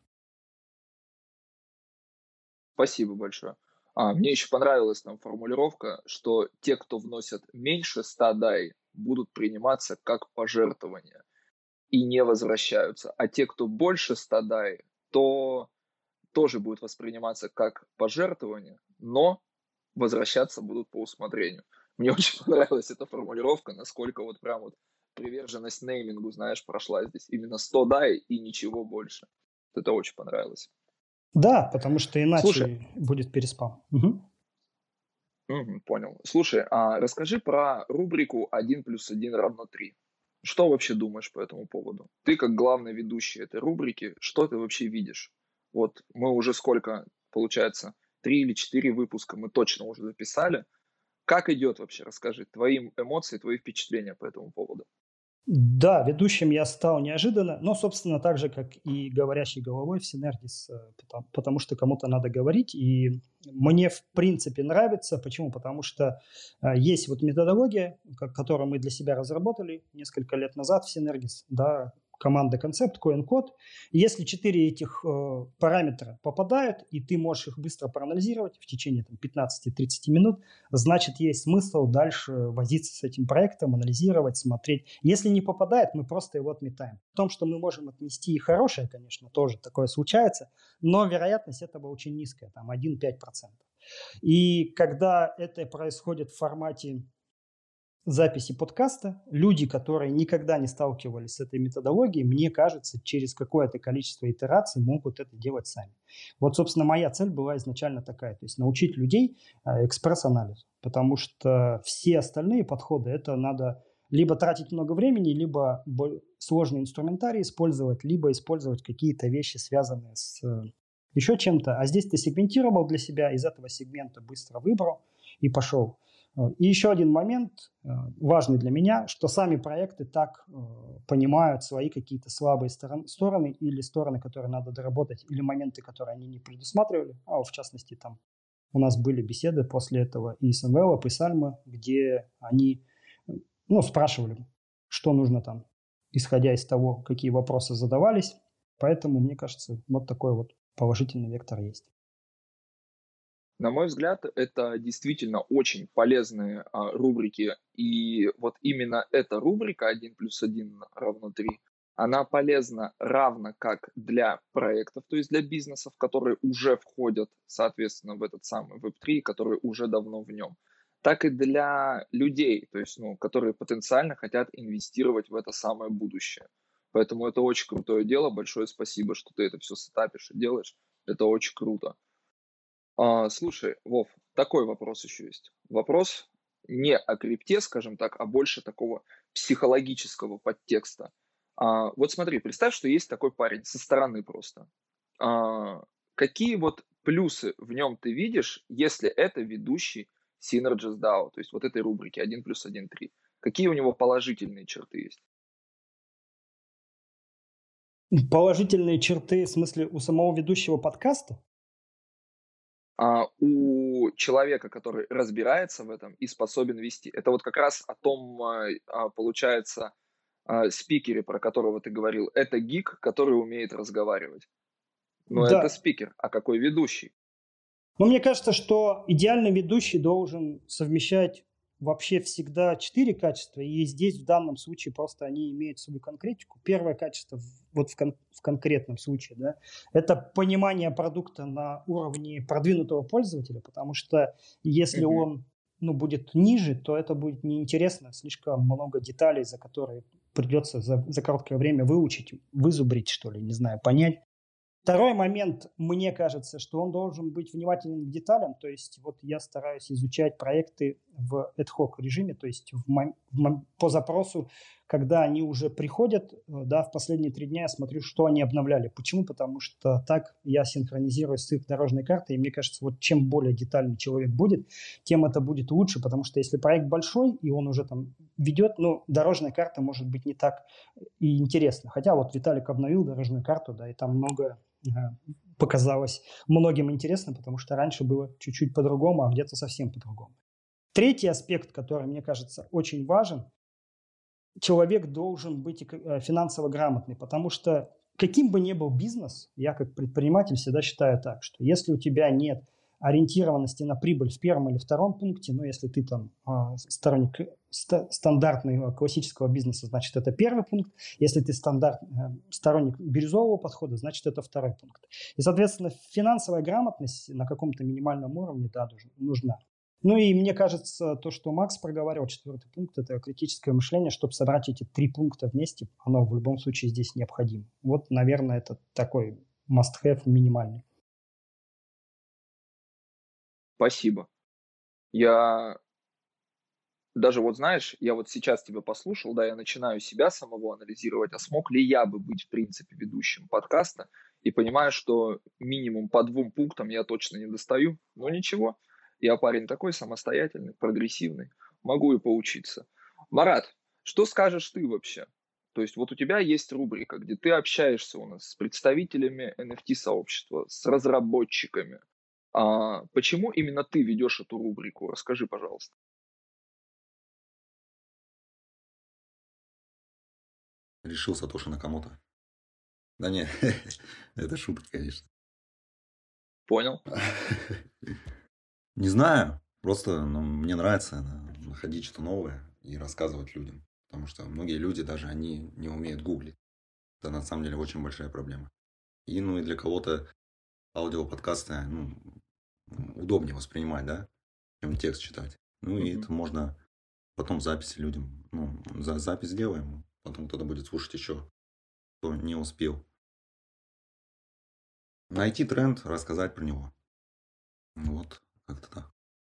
Спасибо большое. А, мне еще понравилась там формулировка, что те, кто вносят меньше ста дай, будут приниматься как пожертвования и не возвращаются. А те, кто больше ста дай, то тоже будут восприниматься как пожертвования, но возвращаться будут по усмотрению. Мне очень понравилась эта формулировка, насколько вот прям вот приверженность неймингу, знаешь, прошла здесь. Именно сто дай и ничего больше. Это очень понравилось. Да, потому что иначе Слушай, будет переспам. Угу. угу, понял. Слушай, а расскажи про рубрику один плюс один равно три. Что вообще думаешь по этому поводу? Ты как главный ведущий этой рубрики, что ты вообще видишь? Вот мы уже сколько, получается, три или четыре выпуска мы точно уже записали. Как идет вообще? Расскажи твои эмоции, твои впечатления по этому поводу. Да, ведущим я стал неожиданно, но, собственно, так же, как и говорящей головой в Synergis, потому, потому что кому-то надо говорить, и мне, в принципе, нравится. Почему? Потому что э, есть вот методология, которую мы для себя разработали несколько лет назад в Synergis, да, команда концепт, CoinCode. Если четыре этих э, параметра попадают, и ты можешь их быстро проанализировать в течение там, пятнадцать-тридцать минут, значит, есть смысл дальше возиться с этим проектом, анализировать, смотреть. Если не попадает, мы просто его отметаем. В том, что мы можем отнести и хорошее, конечно, тоже такое случается, но вероятность этого очень низкая, там один-пять процентов. И когда это происходит в формате записи подкаста, люди, которые никогда не сталкивались с этой методологией, мне кажется, через какое-то количество итераций могут это делать сами. Вот, собственно, моя цель была изначально такая, то есть научить людей экспресс-анализу, потому что все остальные подходы, это надо либо тратить много времени, либо сложный инструментарий использовать, либо использовать какие-то вещи, связанные с еще чем-то. А здесь ты сегментировал для себя, из этого сегмента быстро выбрал и пошел. И еще один момент, важный для меня, что сами проекты так понимают свои какие-то слабые стороны или стороны, которые надо доработать, или моменты, которые они не предусматривали. А в частности, там у нас были беседы после этого и с Envelope, и с Alma, где они ну, спрашивали, что нужно там, исходя из того, какие вопросы задавались. Поэтому, мне кажется, вот такой вот положительный вектор есть. На мой взгляд, это действительно очень полезные а, рубрики, и вот именно эта рубрика один плюс один равно три, она полезна равно как для проектов, то есть для бизнесов, которые уже входят, соответственно, в этот самый веб три, которые уже давно в нем, так и для людей, то есть, ну, которые потенциально хотят инвестировать в это самое будущее. Поэтому это очень крутое дело, большое спасибо, что ты это все сетапишь и делаешь, это очень круто. А, слушай, Вов, такой вопрос еще есть. Вопрос не о крипте, скажем так, а больше такого психологического подтекста. А, вот смотри, представь, что есть такой парень со стороны просто. А, какие вот плюсы в нем ты видишь, если это ведущий Synergis дао, то есть вот этой рубрики один плюс один три? Какие у него положительные черты есть? Положительные черты, в смысле, у самого ведущего подкаста? А, у человека, который разбирается в этом и способен вести. Это вот как раз о том, а, получается, а, спикере, про которого ты говорил. Это гик, который умеет разговаривать. Но Да. это спикер. А какой ведущий? Но мне кажется, что идеальный ведущий должен совмещать вообще всегда четыре качества, и здесь в данном случае просто они имеют свою конкретику. Первое качество вот в, кон- в конкретном случае, да, это понимание продукта на уровне продвинутого пользователя, потому что если mm-hmm. он ну, будет ниже, то это будет неинтересно, слишком много деталей, за которые придется за, за короткое время выучить, вызубрить, что ли, не знаю, понять. Второй момент, мне кажется, что он должен быть внимателен к деталям. То есть вот я стараюсь изучать проекты в ad-hoc режиме, то есть в мом- в мом- по запросу, когда они уже приходят, э, да, в последние три дня я смотрю, что они обновляли. Почему? Потому что так я синхронизируюсь с их дорожной картой, и мне кажется, вот чем более детальный человек будет, тем это будет лучше, потому что если проект большой, и он уже там ведет, ну, дорожная карта может быть не так и интересно. Хотя вот Виталик обновил дорожную карту, да, и там много показалось многим интересно, потому что раньше было чуть-чуть по-другому, а где-то совсем по-другому. Третий аспект, который, мне кажется, очень важен, человек должен быть финансово грамотный, потому что каким бы ни был бизнес, я как предприниматель всегда считаю так, что если у тебя нет ориентированности на прибыль в первом или втором пункте, ну, если ты там сторонник стандартного классического бизнеса, значит, это первый пункт. Если ты стандарт, сторонник бирюзового подхода, значит, это второй пункт. И, соответственно, финансовая грамотность на каком-то минимальном уровне, да, нужна. Ну и мне кажется, то, что Макс проговаривал, четвертый пункт, это критическое мышление, чтобы собрать эти три пункта вместе, оно в любом случае здесь необходимо. Вот, наверное, это такой must-have минимальный. Спасибо. Я даже вот знаешь, я вот сейчас тебя послушал, да, я начинаю себя самого анализировать, а смог ли я бы быть в принципе ведущим подкаста, и понимаю, что минимум по двум пунктам я точно не достаю, но ничего, я парень такой самостоятельный, прогрессивный, могу и поучиться. Марат, что скажешь ты вообще? То есть вот у тебя есть рубрика, где ты общаешься у нас с представителями эн эф ти-сообщества, с разработчиками. А почему именно ты ведешь эту рубрику? Расскажи, пожалуйста. Решил Сатоши Накамото. Да не, это шутка, конечно. Понял. Не знаю, просто ну, мне нравится находить что-то новое и рассказывать людям. Потому что многие люди даже они не умеют гуглить. Это на самом деле очень большая проблема. И ну и для кого-то аудиоподкасты ну, удобнее воспринимать, да, чем текст читать. Ну и mm-hmm. это можно потом записи людям, ну, за запись делаем, потом кто-то будет слушать еще, кто не успел. Найти тренд, рассказать про него. Вот, как-то так.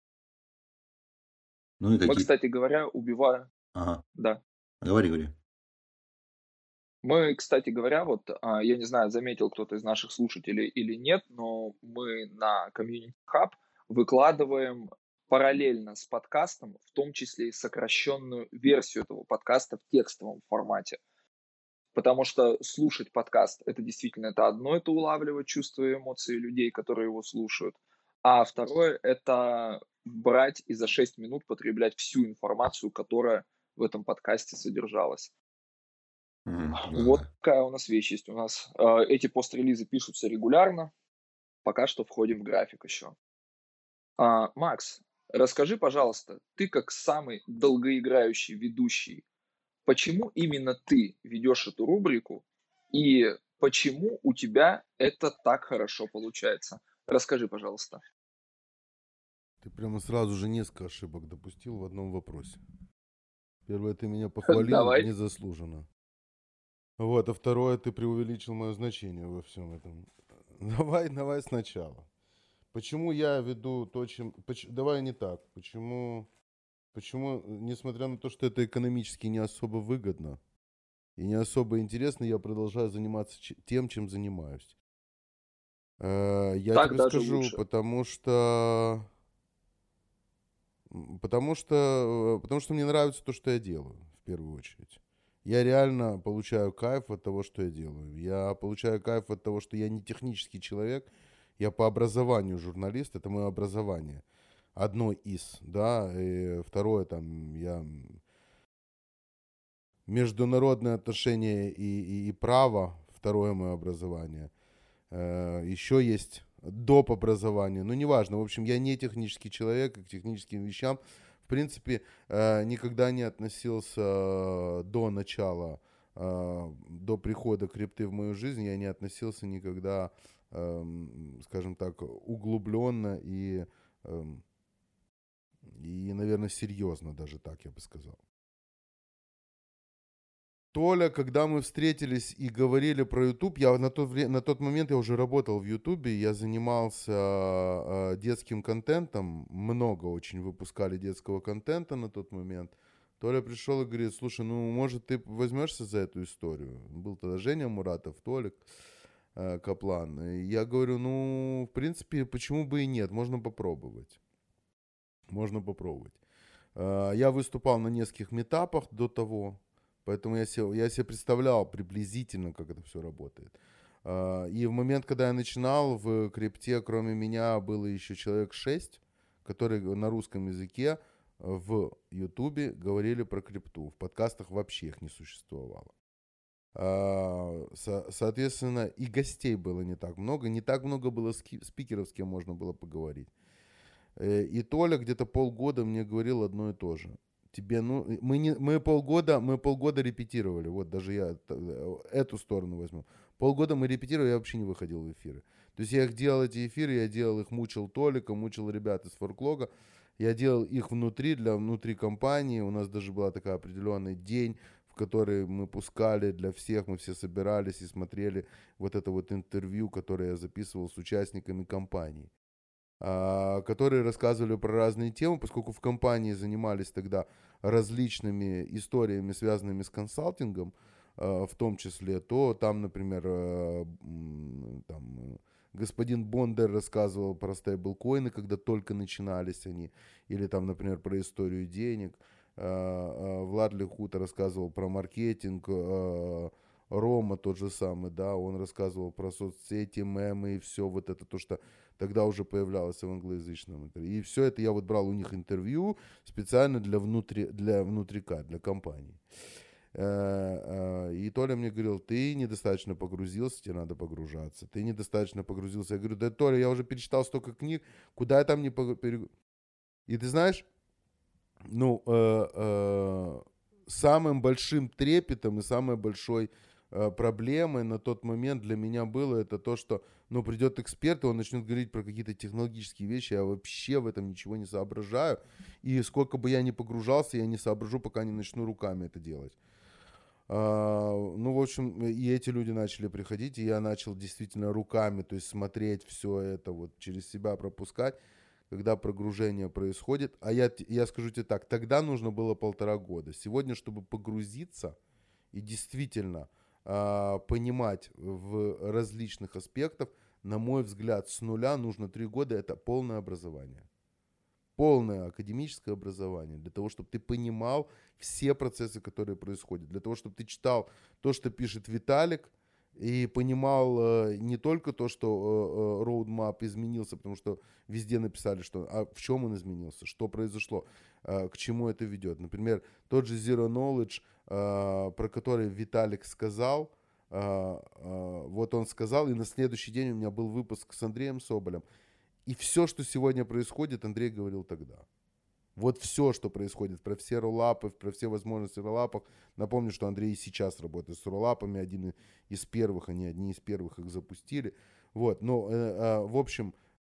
Ну и какие... Мы, кстати говоря, убиваем... Ага. Да. Говори, говори. Мы, кстати говоря, вот, я не знаю, заметил кто-то из наших слушателей или нет, но мы на Community Hub выкладываем параллельно с подкастом, в том числе и сокращенную версию этого подкаста в текстовом формате. Потому что слушать подкаст, это действительно это одно, это улавливать чувства и эмоции людей, которые его слушают. А второе, это брать и за шесть минут потреблять всю информацию, которая в этом подкасте содержалась. Mm, вот да. такая у нас вещь есть. У нас э, эти пост-релизы пишутся регулярно. Пока что входим в график еще. А, Макс, расскажи, пожалуйста, ты как самый долгоиграющий ведущий, почему именно ты ведешь эту рубрику и почему у тебя это так хорошо получается? Расскажи, пожалуйста. Ты прямо сразу же несколько ошибок допустил в одном вопросе. Первое, ты меня похвалил Давай. незаслуженно. Вот, а второе, ты преувеличил мое значение во всем этом. Давай, давай сначала. Почему я веду то, чем... Поч... Давай не так. Почему... Почему, несмотря на то, что это экономически не особо выгодно и не особо интересно, я продолжаю заниматься ч... тем, чем занимаюсь? Э, я так тебе даже скажу, лучше. потому что... Потому что... Потому что мне нравится то, что я делаю, в первую очередь. Я реально получаю кайф от того, что я делаю. Я получаю кайф от того, что я не технический человек. Я по образованию журналист, это мое образование. Одно из, да. И второе, там, я... Международные отношения и, и, и право, второе мое образование. Э, еще есть доп. Образование. Ну, неважно. В общем, я не технический человек, к техническим вещам в принципе, э, никогда не относился э, до начала, э, до прихода крипты в мою жизнь, я не относился никогда, э, скажем так, углубленно и, э, и, наверное, серьезно даже так, я бы сказал. Толя, когда мы встретились и говорили про YouTube, я на тот, вре- на тот момент я уже работал в YouTube, я занимался э, детским контентом, много очень выпускали детского контента на тот момент. Толя пришел и говорит: слушай, ну, может, ты возьмешься за эту историю? Был тогда Женя Муратов, Толик э, Каплан. И я говорю: ну, в принципе, почему бы и нет, можно попробовать. Можно попробовать. Э, я выступал на нескольких митапах до того, поэтому я себе, я себе представлял приблизительно, как это все работает. Э, и в момент, когда я начинал, в крипте, кроме меня, было еще человек шесть, которые на русском языке в Ютубе говорили про крипту. В подкастах вообще их не существовало. Со- соответственно, и гостей было не так много. Не так много было ски- спикеров, с кем можно было поговорить. Э, И Толя где-то полгода мне говорил одно и то же. Тебе, ну, мы, не, мы, полгода, мы полгода репетировали. Вот даже я т- эту сторону возьму. Полгода мы репетировали, я вообще не выходил в эфиры. То есть я их делал, эти эфиры, я делал их, мучил Толика, мучил ребят из Форклога. Я делал их внутри, для внутри компании. У нас даже была такая определенный день, в который мы пускали для всех, мы все собирались и смотрели вот это вот интервью, которое я записывал с участниками компании, а, которые рассказывали про разные темы, поскольку в компании занимались тогда различными историями, связанными с консалтингом, а, в том числе, то там, например, а, м, там, э, господин Бондар рассказывал про стейблкоины, когда только начинались они, или там, например, про историю денег. А, а, Влад Лихута рассказывал про маркетинг, а, Рома тот же самый, да, он рассказывал про соцсети, мемы и все вот это, то, что тогда уже появлялось в англоязычном интервью. И все это я вот брал у них интервью специально для, внутри, для внутрика, для компании. Э, э, И Толя мне говорил: ты недостаточно погрузился, тебе надо погружаться. Ты недостаточно погрузился. Я говорю: да, Толя, я уже перечитал столько книг, куда я там не погрузился. И ты знаешь, ну, э, э, самым большим трепетом и самой большой э, проблемой на тот момент для меня было это то, что, ну, придет эксперт, и он начнет говорить про какие-то технологические вещи, я вообще в этом ничего не соображаю, и сколько бы я ни погружался, я не соображу, пока не начну руками это делать. А, ну, в общем, и эти люди начали приходить, и я начал действительно руками, то есть смотреть все это, вот через себя пропускать, когда прогружение происходит. А я, т- я скажу тебе так, тогда нужно было полтора года. Сегодня, чтобы погрузиться и действительно а, понимать в различных аспектах, на мой взгляд, с нуля нужно три года, это полное образование. Полное академическое образование, для того, чтобы ты понимал все процессы, которые происходят, для того, чтобы ты читал то, что пишет Виталик, и понимал э, не только то, что э, э, roadmap изменился, потому что везде написали, что, а в чем он изменился, что произошло, э, к чему это ведет. Например, тот же Zero Knowledge, э, про который Виталик сказал, э, э, вот он сказал, и на следующий день у меня был выпуск с Андреем Соболем. И все, что сегодня происходит, Андрей говорил тогда. Вот все, что происходит, про все роллапы, про все возможности роллапов. Напомню, что Андрей и сейчас работает с роллапами, один из первых, они одни из первых их запустили. Вот, но, э, э, в общем,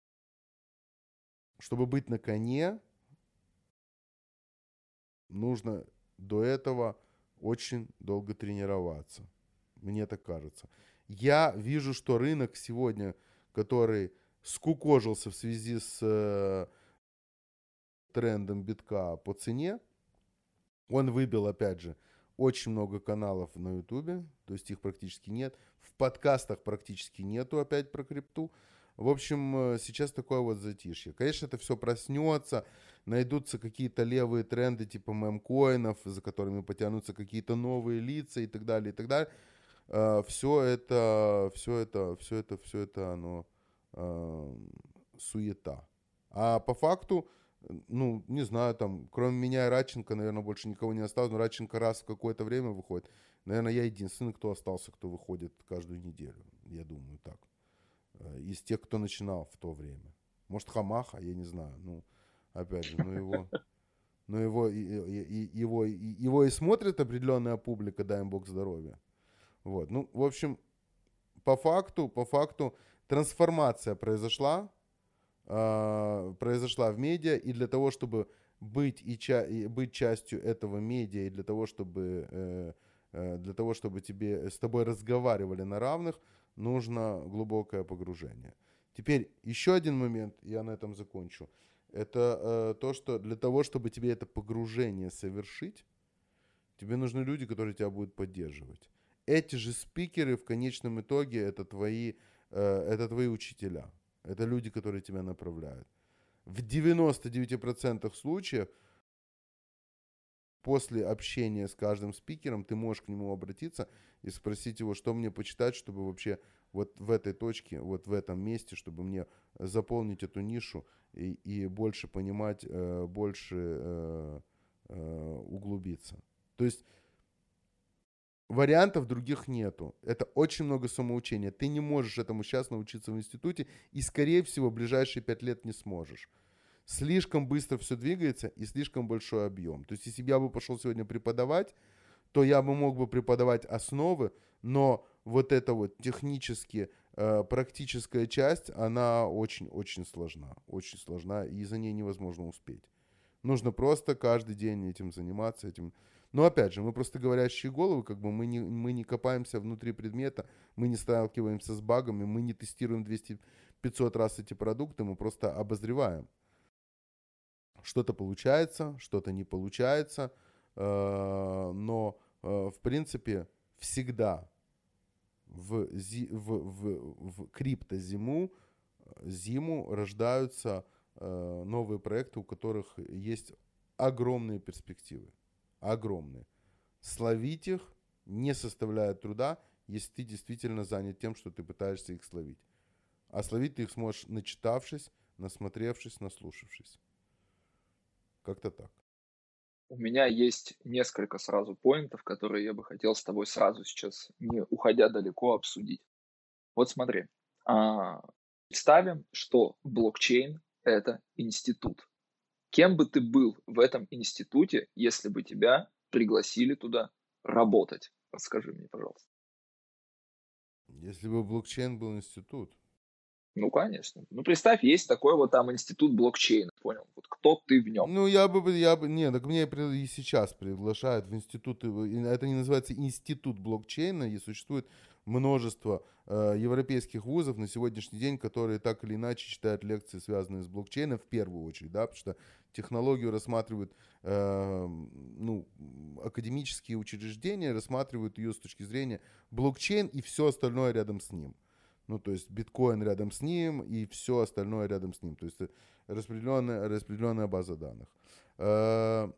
чтобы быть на коне, нужно до этого очень долго тренироваться. Мне так кажется. Я вижу, что рынок сегодня, который скукожился в связи с э, трендом битка по цене, он выбил, опять же, очень много каналов на Ютубе, то есть их практически нет. В подкастах практически нету опять про крипту. В общем, э, сейчас такое вот затишье. Конечно, это все проснется, найдутся какие-то левые тренды типа мемкоинов, за которыми потянутся какие-то новые лица и так далее, и так далее. Все это, все это, все это, все это, оно э, суета. А по факту, ну, не знаю, там, кроме меня и Радченко, наверное, больше никого не осталось. Но Радченко раз в какое-то время выходит. Наверное, я единственный, кто остался, кто выходит каждую неделю. Я думаю, так. Из тех, кто начинал в то время. Может, Хамаха, я не знаю. Ну, опять же, ну его... Но его, и, и, и, его, и, его и смотрит определенная публика, дай им бог здоровья. Вот. Ну, в общем, по факту, по факту трансформация произошла, э, произошла в медиа, и для того, чтобы быть, и ча- и быть частью этого медиа, и для того, чтобы э, э, для того, чтобы тебе, с тобой разговаривали на равных, нужно глубокое погружение. Теперь еще один момент, я на этом закончу. Это э, то, что для того, чтобы тебе это погружение совершить, тебе нужны люди, которые тебя будут поддерживать. Эти же спикеры в конечном итоге это твои, э, это твои учителя. Это люди, которые тебя направляют. В девяноста девяти процентах случаев после общения с каждым спикером ты можешь к нему обратиться и спросить его, что мне почитать, чтобы вообще вот в этой точке, вот в этом месте, чтобы мне заполнить эту нишу и, и больше понимать, э, больше э, э, углубиться. То есть вариантов других нету. Это очень много самоучения. Ты не можешь этому сейчас научиться в институте и, скорее всего, в ближайшие пять лет не сможешь. Слишком быстро все двигается и слишком большой объем. То есть, если бы я бы пошел сегодня преподавать, то я бы мог бы преподавать основы, но вот эта вот технически э, практическая часть, она очень-очень сложна. Очень сложна, и за ней невозможно успеть. Нужно просто каждый день этим заниматься, этим. Но опять же, мы просто говорящие головы, как бы мы не, мы не копаемся внутри предмета, мы не сталкиваемся с багами, мы не тестируем двести-пятьсот раз эти продукты, мы просто обозреваем. Что-то получается, что-то не получается, э, но э, в принципе всегда в, зи, в, в, в криптозиму зиму рождаются э, новые проекты, у которых есть огромные перспективы. Огромные. Словить их не составляет труда, если ты действительно занят тем, что ты пытаешься их словить. А словить ты их сможешь, начитавшись, насмотревшись, наслушавшись. Как-то так. У меня есть несколько сразу поинтов, которые я бы хотел с тобой сразу сейчас, не уходя далеко, обсудить. Вот смотри, а, представим, что блокчейн – это институт. Кем бы ты был в этом институте, если бы тебя пригласили туда работать? Расскажи мне, пожалуйста. Если бы блокчейн был институт. Ну, конечно. Ну, представь, есть такой вот там институт блокчейна, понял? Вот кто ты в нем? Ну, я бы, я бы, не, так мне и сейчас приглашают в институты, это не называется институт блокчейна, и существует множество э, европейских вузов на сегодняшний день, которые так или иначе читают лекции, связанные с блокчейном, в первую очередь, да, потому что технологию рассматривают, э, ну, академические учреждения рассматривают ее с точки зрения блокчейн и все остальное рядом с ним. Ну, то есть биткоин рядом с ним и все остальное рядом с ним. То есть распределенная, распределенная база данных. Э,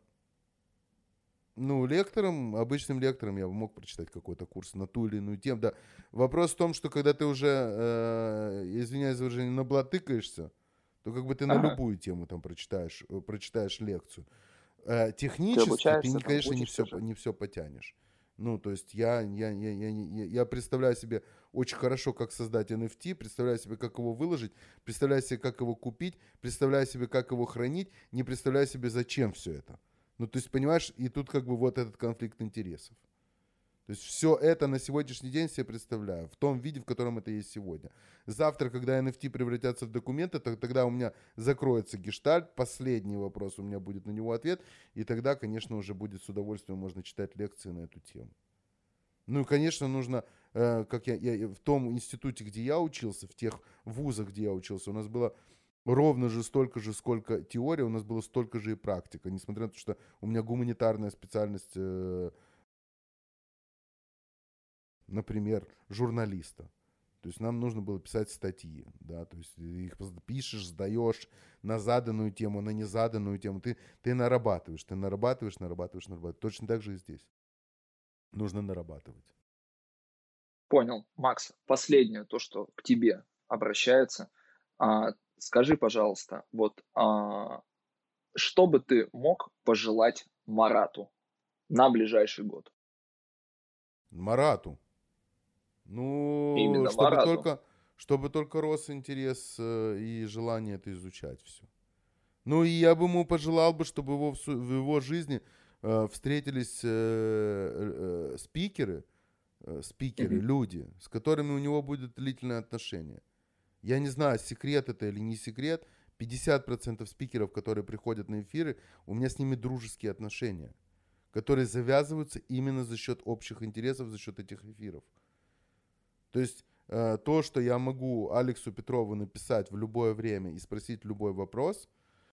ну, лектором, обычным лектором я бы мог прочитать какой-то курс на ту или иную тему. Да. Вопрос в том, что когда ты уже, э, извиняюсь за выражение, наблатыкаешься, то как бы ты на Ага. любую тему там прочитаешь, прочитаешь лекцию. Э, технически ты, обучаешься, не, там, конечно, не все, учишься же. не все потянешь. Ну, то есть я, я, я, я, я, я представляю себе очень хорошо, как создать эн эф ти, представляю себе, как его выложить, представляю себе, как его купить, представляю себе, как его хранить, не представляю себе, зачем все это. Ну, то есть, понимаешь, и тут как бы вот этот конфликт интересов. То есть все это на сегодняшний день себе представляю, в том виде, в котором это есть сегодня. Завтра, когда эн эф ти превратятся в документы, то, тогда у меня закроется гештальт, последний вопрос, у меня будет на него ответ, и тогда, конечно, уже будет с удовольствием можно читать лекции на эту тему. Ну и, конечно, нужно, э, как я, я в том институте, где я учился, в тех вузах, где я учился, у нас было ровно же столько же, сколько теория, у нас было столько же и практика, несмотря на то, что у меня гуманитарная специальность, э, например, журналиста. То есть нам нужно было писать статьи, да, то есть их пишешь, сдаешь на заданную тему, на незаданную тему, ты, ты нарабатываешь, ты нарабатываешь, нарабатываешь, нарабатываешь. Точно так же и здесь. Нужно нарабатывать. Понял. Макс, последнее, то, что к тебе обращается. А, скажи, пожалуйста, вот а, что бы ты мог пожелать Марату на ближайший год? Марату. Ну, Именно чтобы Марату. только, чтобы только рос интерес э, и желание это изучать все. Ну, и я бы ему пожелал бы, чтобы его, в, су- в его жизни э, встретились э, э, спикеры, э, спикеры, Мгм. люди, с которыми у него будет длительное отношение. Я не знаю, секрет это или не секрет, пятьдесят процентов спикеров, которые приходят на эфиры, у меня с ними дружеские отношения. которые завязываются именно за счет общих интересов, за счет этих эфиров. То есть э, то, что я могу Алексу Петрову написать в любое время и спросить любой вопрос,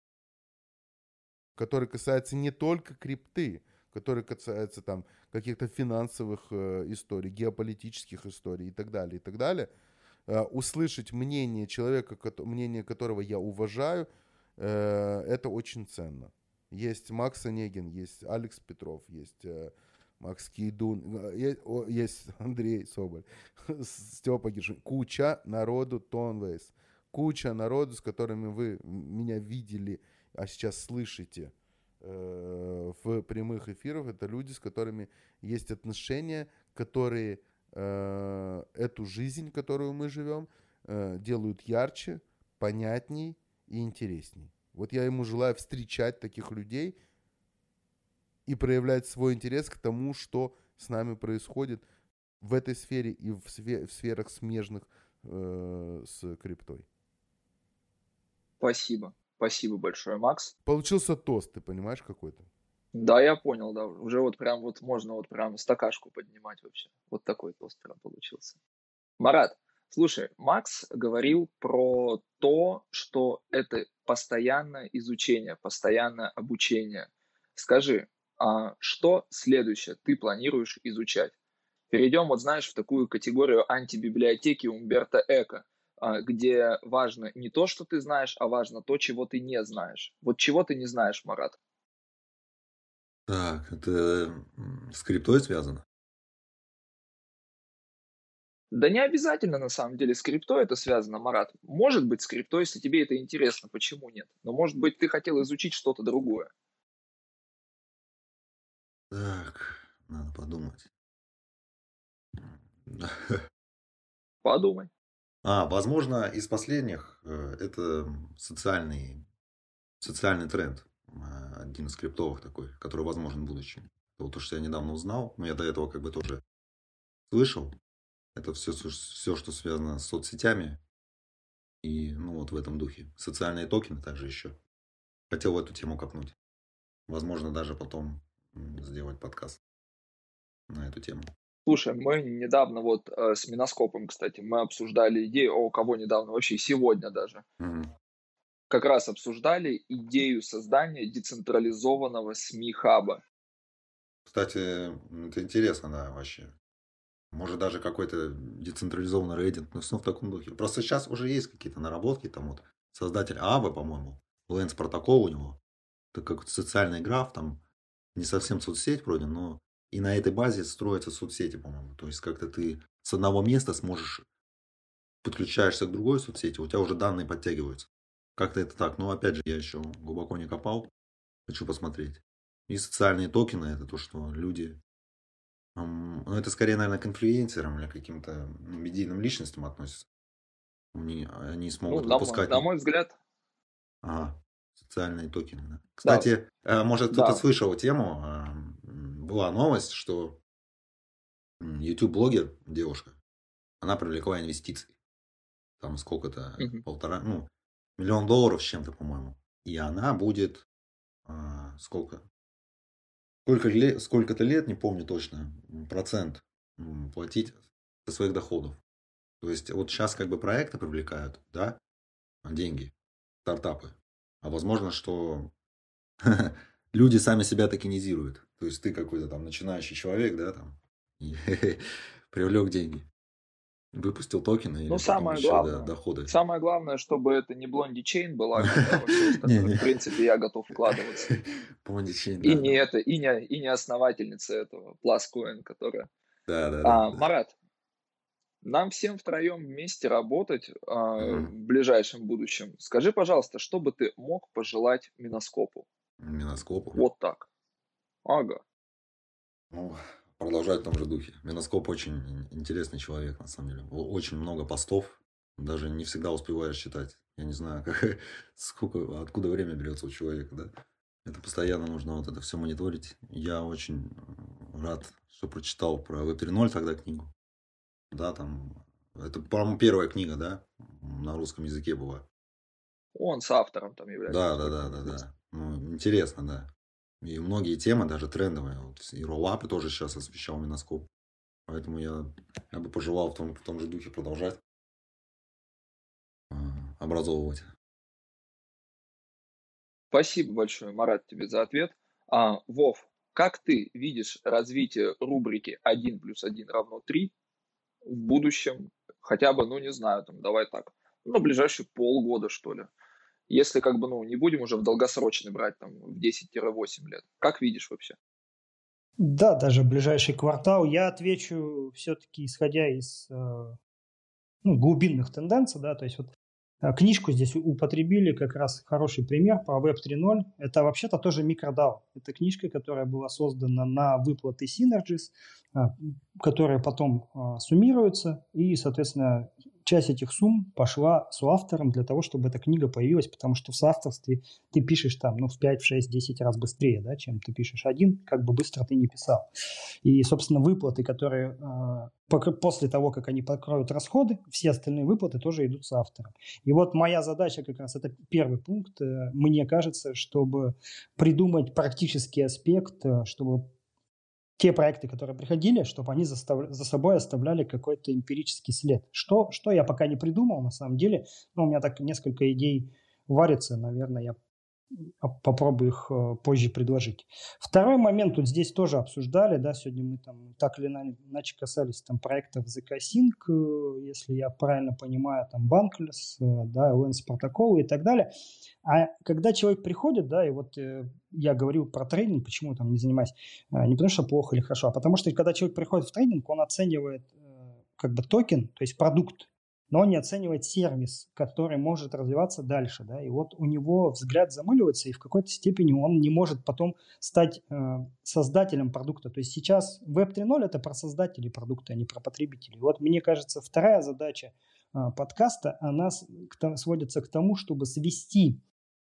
который касается не только крипты, который касается там каких-то финансовых э, историй, геополитических историй и так далее, и так далее, э, услышать мнение человека, ко- мнение которого я уважаю, э, это очень ценно. Есть Макс Онегин, есть Алекс Петров, есть э, Макс Кейдун, э, есть, о, есть Андрей Соболь, Степа Гершин, куча народу Тонвейс, куча народу, с которыми вы меня видели, а сейчас слышите э, в прямых эфирах. Это люди, с которыми есть отношения, которые э, эту жизнь, которую мы живем, э, делают ярче, понятней и интересней. Вот я ему желаю встречать таких людей и проявлять свой интерес к тому, что с нами происходит в этой сфере и в, све- в сферах смежных э, с криптой. Спасибо. Спасибо большое, Макс. Получился тост, ты понимаешь, какой-то? Да, я понял, да. Уже вот прям вот можно вот прям стакашку поднимать вообще. Вот такой тост прям получился. Марат, слушай, Макс говорил про то, что это постоянное изучение, постоянное обучение. Скажи, а что следующее ты планируешь изучать? Перейдем, вот знаешь, в такую категорию антибиблиотеки Умберто Эко, а, где важно не то, что ты знаешь, а важно то, чего ты не знаешь. Вот чего ты не знаешь, Марат? Так, это м, с криптой связано? Да не обязательно, на самом деле, с криптой это связано, Марат. Может быть, с криптой, если тебе это интересно, почему нет? Но, может быть, ты хотел изучить что-то другое. Так, надо подумать. Подумай. А, возможно, из последних э, это социальный, социальный тренд. э, Один из криптовых такой, который возможен в будущем. Это вот то, что я недавно узнал, но я до этого как бы тоже слышал. Это все, все, что связано с соцсетями. И, ну, вот в этом духе. Социальные токены также еще. Хотел в эту тему копнуть. Возможно, даже потом м, сделать подкаст на эту тему. Слушай, мы недавно вот э, с Миноскопом, кстати, мы обсуждали идею, о, у кого недавно, вообще сегодня даже, Мгм. как раз обсуждали идею создания децентрализованного СМИ-хаба. Кстати, м, это интересно, да, вообще. Может, даже какой-то децентрализованный рейтинг, но все в таком духе. Просто сейчас уже есть какие-то наработки, там вот создатель Аавы, по-моему, Лэнс протокол у него, это как социальный граф, там не совсем соцсеть вроде, но и на этой базе строятся соцсети, по-моему. То есть как-то ты с одного места сможешь, подключаешься к другой соцсети, у тебя уже данные подтягиваются. Как-то это так. Но опять же, я еще глубоко не копал, хочу посмотреть. И социальные токены, это то, что люди Ам, ну, это скорее, наверное, к инфлюенсерам или каким-то ну, медийным личностям относится. Они, они Ну, смогут на мой, выпускать на мой взгляд, ага, социальные токены. Да. да, Кстати, э, может, кто-то да. слышал тему. а, м, Была новость, что м, YouTube-блогер, девушка, она привлекла инвестиции. Там сколько-то, Мгм. полтора, ну, миллион долларов с чем-то, по-моему. И она будет а, сколько? Сколько лет, сколько-то лет, не помню точно, м, процент м, платить со своих доходов. То есть вот сейчас как бы проекты привлекают, да, деньги, стартапы. А возможно, что люди сами себя токенизируют. То есть ты какой-то там начинающий человек, да, там, и привлек деньги. Выпустил токены Ну, или потом самое еще да, главное, доходы. самое главное, чтобы это не Блонди Чейн была, а во все остальное, в Не-не. принципе, я готов вкладываться. Помните, И да. не это, и не, и не основательница этого, Pluscoin, которая... Да, да, да, А, да. Марат, нам всем втроем вместе работать а, в Мгм. ближайшем будущем. Скажи, пожалуйста, что бы ты мог пожелать Миноскопу? Миноскопу. Вот так. Ага. Ну, продолжать в том же духе. Миноскоп очень интересный человек, на самом деле. О- Очень много постов. Даже не всегда успеваешь читать. Я не знаю, как, сколько, откуда время берется у человека, да. Это постоянно нужно вот это все мониторить. Я очень э, рад, что прочитал про веб три ноль тогда книгу. Да, там, это, по-моему, первая книга, да, на русском языке была. Он с автором там является, Да, да, насколько да, мне да, известно. да. Ну, интересно, да. И многие темы, даже трендовые, вот, и роллапы тоже сейчас освещал Миноскоп. Поэтому я, я бы пожелал в том, в том же духе продолжать а, образовывать. Спасибо большое, Марат, тебе за ответ. А, Вов, как ты видишь развитие рубрики один плюс один равно три в будущем? Хотя бы, ну не знаю, там, давай так, на ближайшие полгода, что ли. Если как бы, ну, не будем уже в долгосрочный брать, там, в десять-восемь лет. Как видишь вообще? Да, даже ближайший квартал. Я отвечу все-таки исходя из э, ну, глубинных тенденций, да, то есть вот э, книжку здесь употребили как раз хороший пример про веб три ноль. Это вообще-то тоже микродао. Это книжка, которая была создана на выплаты Synergies, э, которые потом э, суммируются, и, соответственно, часть этих сумм пошла соавтором для того, чтобы эта книга появилась, потому что в соавторстве ты пишешь там, ну, в пять, шесть, десять раз быстрее, да, чем ты пишешь один, как бы быстро ты не писал. И, собственно, выплаты, которые э, после того, как они покроют расходы, все остальные выплаты тоже идут с автором. И вот моя задача как раз, это первый пункт, э, мне кажется, чтобы придумать практический аспект, э, чтобы те проекты, которые приходили, чтобы они застав... за собой оставляли какой-то эмпирический след. Что, что я пока не придумал, на самом деле. Ну, у меня так несколько идей варится, наверное, я попробую их э, позже предложить. Второй момент, тут здесь тоже обсуждали, да, сегодня мы там так или иначе касались там проектов зэ ка Sync, э, если я правильно понимаю, там Bankless, э, да, Lens протоколы и так далее. А когда человек приходит, да, и вот э, я говорил про трейдинг, почему там не занимаюсь, э, не потому что плохо или хорошо, а потому что когда человек приходит в трейдинг, он оценивает э, как бы токен, то есть продукт, но он не оценивает сервис, который может развиваться дальше, да, и вот у него взгляд замыливается, и в какой-то степени он не может потом стать э, создателем продукта. То есть сейчас веб три ноль это про создателей продукта, а не про потребителей. Вот мне кажется, вторая задача э, подкаста, она с, к, сводится к тому, чтобы свести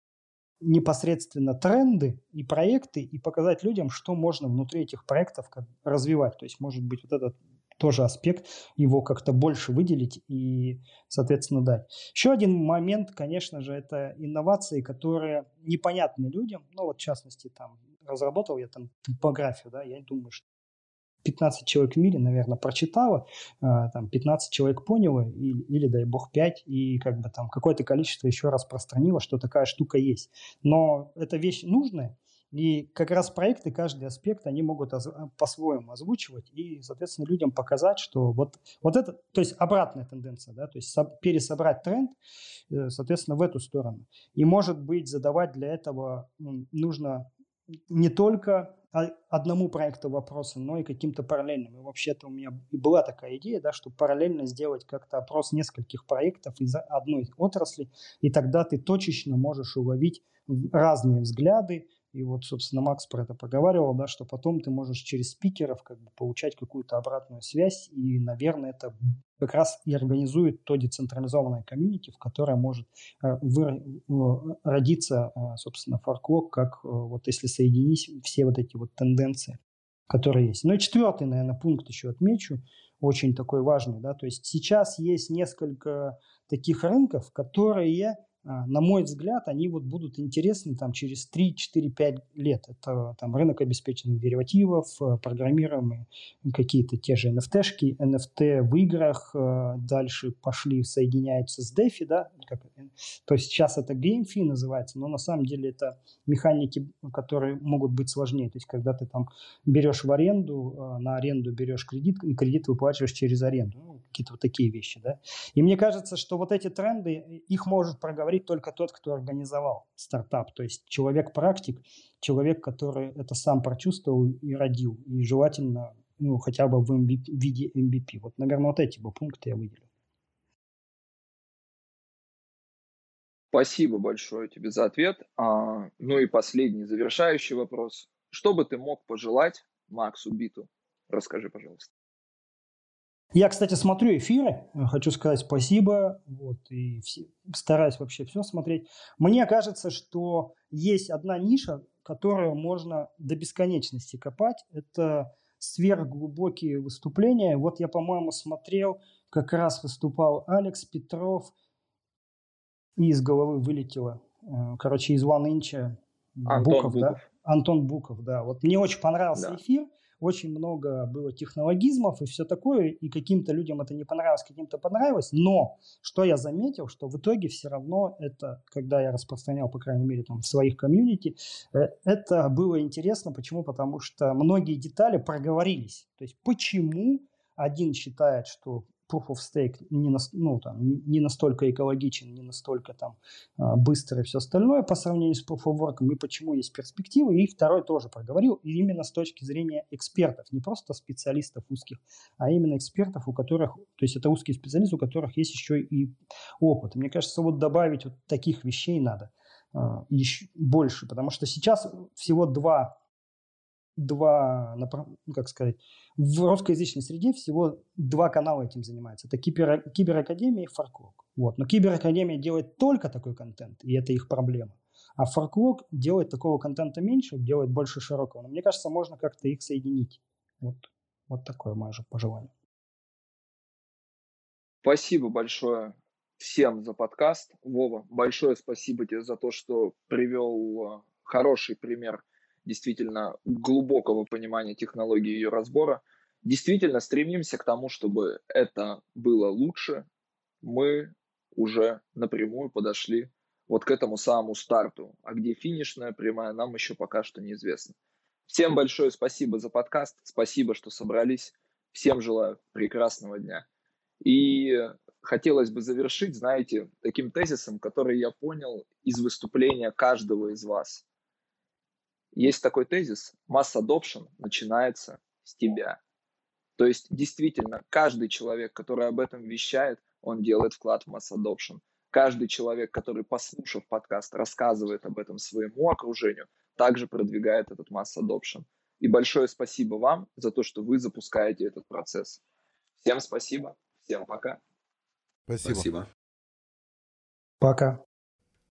непосредственно тренды и проекты и показать людям, что можно внутри этих проектов как развивать. То есть, может быть, вот этот тоже аспект, его как-то больше выделить и, соответственно, дать. Еще один момент, конечно же, это инновации, которые непонятны людям. Ну, вот, в частности, там, разработал я там топографию, да, я думаю, что пятнадцать человек в мире, наверное, прочитало, там пятнадцать человек поняло, или, или, дай бог, пять, и как бы там какое-то количество еще распространило, что такая штука есть. Но эта вещь нужная, и как раз проекты, каждый аспект, они могут оз- по-своему озвучивать и, соответственно, людям показать, что вот, вот это, то есть обратная тенденция, да, то есть со- пересобрать тренд, соответственно, в эту сторону. И, может быть, задавать для этого ну, нужно не только одному проекту вопросы, но и каким-то параллельным. И вообще-то у меня и была такая идея, да, что параллельно сделать как-то опрос нескольких проектов из одной отрасли, и тогда ты точечно можешь уловить разные взгляды. И вот, собственно, Макс про это проговаривал, да, что потом ты можешь через спикеров как бы получать какую-то обратную связь, и, наверное, это как раз и организует то децентрализованное комьюнити, в которое может вы, родиться, собственно, форклог, как вот если соединить все вот эти вот тенденции, которые есть. Ну и четвертый, наверное, пункт еще отмечу, очень такой важный, да, то есть сейчас есть несколько таких рынков, которые, на мой взгляд, они вот будут интересны там через три, четыре, пять лет. Это там рынок обеспеченных деривативов, программируемые какие-то те же эн эф ти-шки, эн эф ти в играх, дальше пошли, соединяются с дефи, да, как, то есть сейчас это GameFi называется, но на самом деле это механики, которые могут быть сложнее. То есть когда ты там берешь в аренду, на аренду берешь кредит, и кредит выплачиваешь через аренду. Ну, какие-то вот такие вещи, да. И мне кажется, что вот эти тренды, их может проговорить только тот, кто организовал стартап. То есть человек-практик, человек, который это сам прочувствовал и родил. И желательно ну, хотя бы в эм ви пи, виде эм ви пи. Вот, наверное, вот эти бы пункты я выделил. Спасибо большое тебе за ответ. А, ну и последний, завершающий вопрос. Что бы ты мог пожелать Максу Биту? Расскажи, пожалуйста. Я, кстати, смотрю эфиры, хочу сказать спасибо, вот, и все, стараюсь вообще все смотреть. Мне кажется, что есть одна ниша, которую можно до бесконечности копать, это сверхглубокие выступления. Вот я, по-моему, смотрел, как раз выступал Алекс Петров, и из головы вылетело, короче, из One Inch Антон Буков, Буков. да? Антон Буков, да. Вот мне очень понравился Да. эфир, очень много было технологизмов и все такое, и каким-то людям это не понравилось, каким-то понравилось, но что я заметил, что в итоге все равно это, когда я распространял, по крайней мере, там, в своих комьюнити, э, это было интересно. Почему? Потому что многие детали проговорились. То есть почему один считает, что Proof of Stake не, нас, ну, там, не настолько экологичен, не настолько там, быстро и все остальное по сравнению с Proof of Work, и почему есть перспективы. И второй тоже проговорил, и именно с точки зрения экспертов, не просто специалистов узких, а именно экспертов, у которых, то есть это узкие специалисты, у которых есть еще и опыт. Мне кажется, вот добавить вот таких вещей надо еще больше, потому что сейчас всего два два, ну, как сказать, в русскоязычной среде всего два канала этим занимаются. Это Кибер, Киберакадемия и Фарклог. Вот. Но Киберакадемия делает только такой контент, и это их проблема. А Фарклог делает такого контента меньше, делает больше широкого. Но мне кажется, можно как-то их соединить. Вот, вот такое мое же пожелание. Спасибо большое всем за подкаст. Вова, большое спасибо тебе за то, что привел хороший пример действительно глубокого понимания технологии ее разбора. Действительно стремимся к тому, чтобы это было лучше. Мы уже напрямую подошли вот к этому самому старту. А где финишная прямая, нам еще пока что неизвестно. Всем большое спасибо за подкаст. Спасибо, что собрались. Всем желаю прекрасного дня. И хотелось бы завершить, знаете, таким тезисом, который я понял из выступления каждого из вас. Есть такой тезис: mass adoption начинается с тебя. То есть, действительно, каждый человек, который об этом вещает, он делает вклад в mass adoption. Каждый человек, который, послушав подкаст, рассказывает об этом своему окружению, также продвигает этот mass adoption. И большое спасибо вам за то, что вы запускаете этот процесс. Всем спасибо, всем пока. Спасибо. Спасибо. Пока.